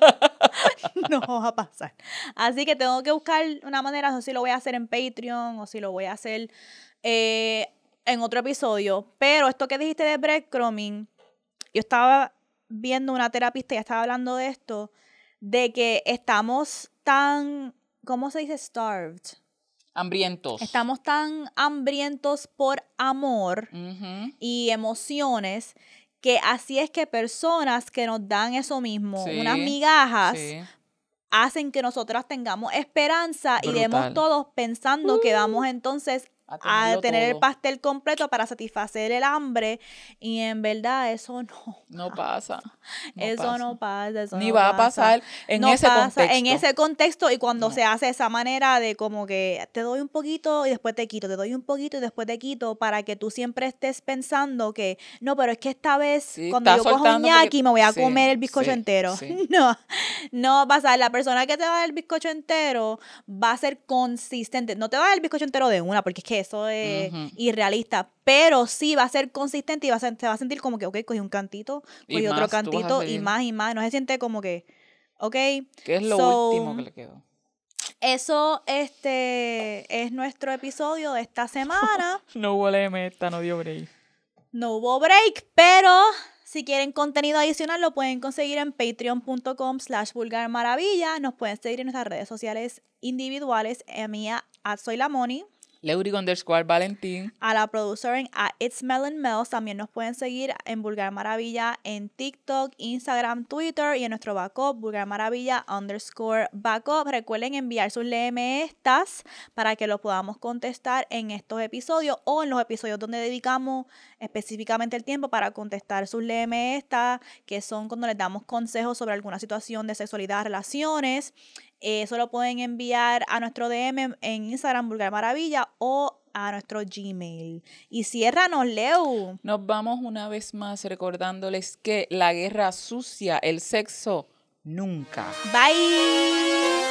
No va a pasar. Así que tengo que buscar una manera, no sé si lo voy a hacer en Patreon o si lo voy a hacer eh, en otro episodio. Pero esto que dijiste de breadcrumbing, yo estaba viendo una terapista y ya estaba hablando de esto, de que estamos tan, ¿cómo se dice? Starved. Hambrientos. Estamos tan hambrientos por amor Ujú. y emociones que así es que personas que nos dan eso mismo, Sí, unas migajas, sí. hacen que nosotras tengamos esperanza y Brutal. demos todos pensando que vamos entonces A a tenerlo tener el todo. pastel completo para satisfacer el hambre y en verdad eso no No pasa. no eso pasa. no pasa, eso Ni no va a pasa. pasar en No ese pasa contexto. en ese contexto y cuando No. se hace esa manera de como que te doy un poquito y después te quito, te doy un poquito y después te quito para que tú siempre estés pensando que no, pero es que esta vez Sí, cuando está yo cojo un soltando porque- ñaqui me voy a sí, comer el bizcocho sí, entero. sí. No, no va a pasar. La persona que te va a dar el bizcocho entero va a ser consistente. No te va a dar el bizcocho entero de una porque es que eso es Ujú. irrealista, pero sí va a ser consistente y va a ser, te va a sentir como que, ok, cogí un cantito, Y cogí otro más, tú vas a cantito y seguir. más y más. No se siente como que, ok. ¿Qué es lo So, último que le quedó? Eso este, es nuestro episodio de esta semana. No hubo L M esta, no dio break. No hubo break, pero si quieren contenido adicional lo pueden conseguir en patreon.com slash vulgarmaravilla. Nos pueden seguir en nuestras redes sociales individuales. A mía, a Soy la Moni. Leuric underscore Valentín. A la producer en a It's Melon Mel's. También nos pueden seguir en Vulgar Maravilla en TikTok, Instagram, Twitter y en nuestro backup, Vulgar Maravilla underscore backup. Recuerden enviar sus L M estas para que los podamos contestar en estos episodios o en los episodios donde dedicamos específicamente el tiempo para contestar sus L M estas, que son cuando les damos consejos sobre alguna situación de sexualidad, relaciones. Eso lo pueden enviar a nuestro D M en Instagram, Vulgar Maravilla, o a nuestro Gmail. Y ciérranos, Leo. Nos vamos una vez más recordándoles que la guerra sucia, el sexo, nunca. Bye.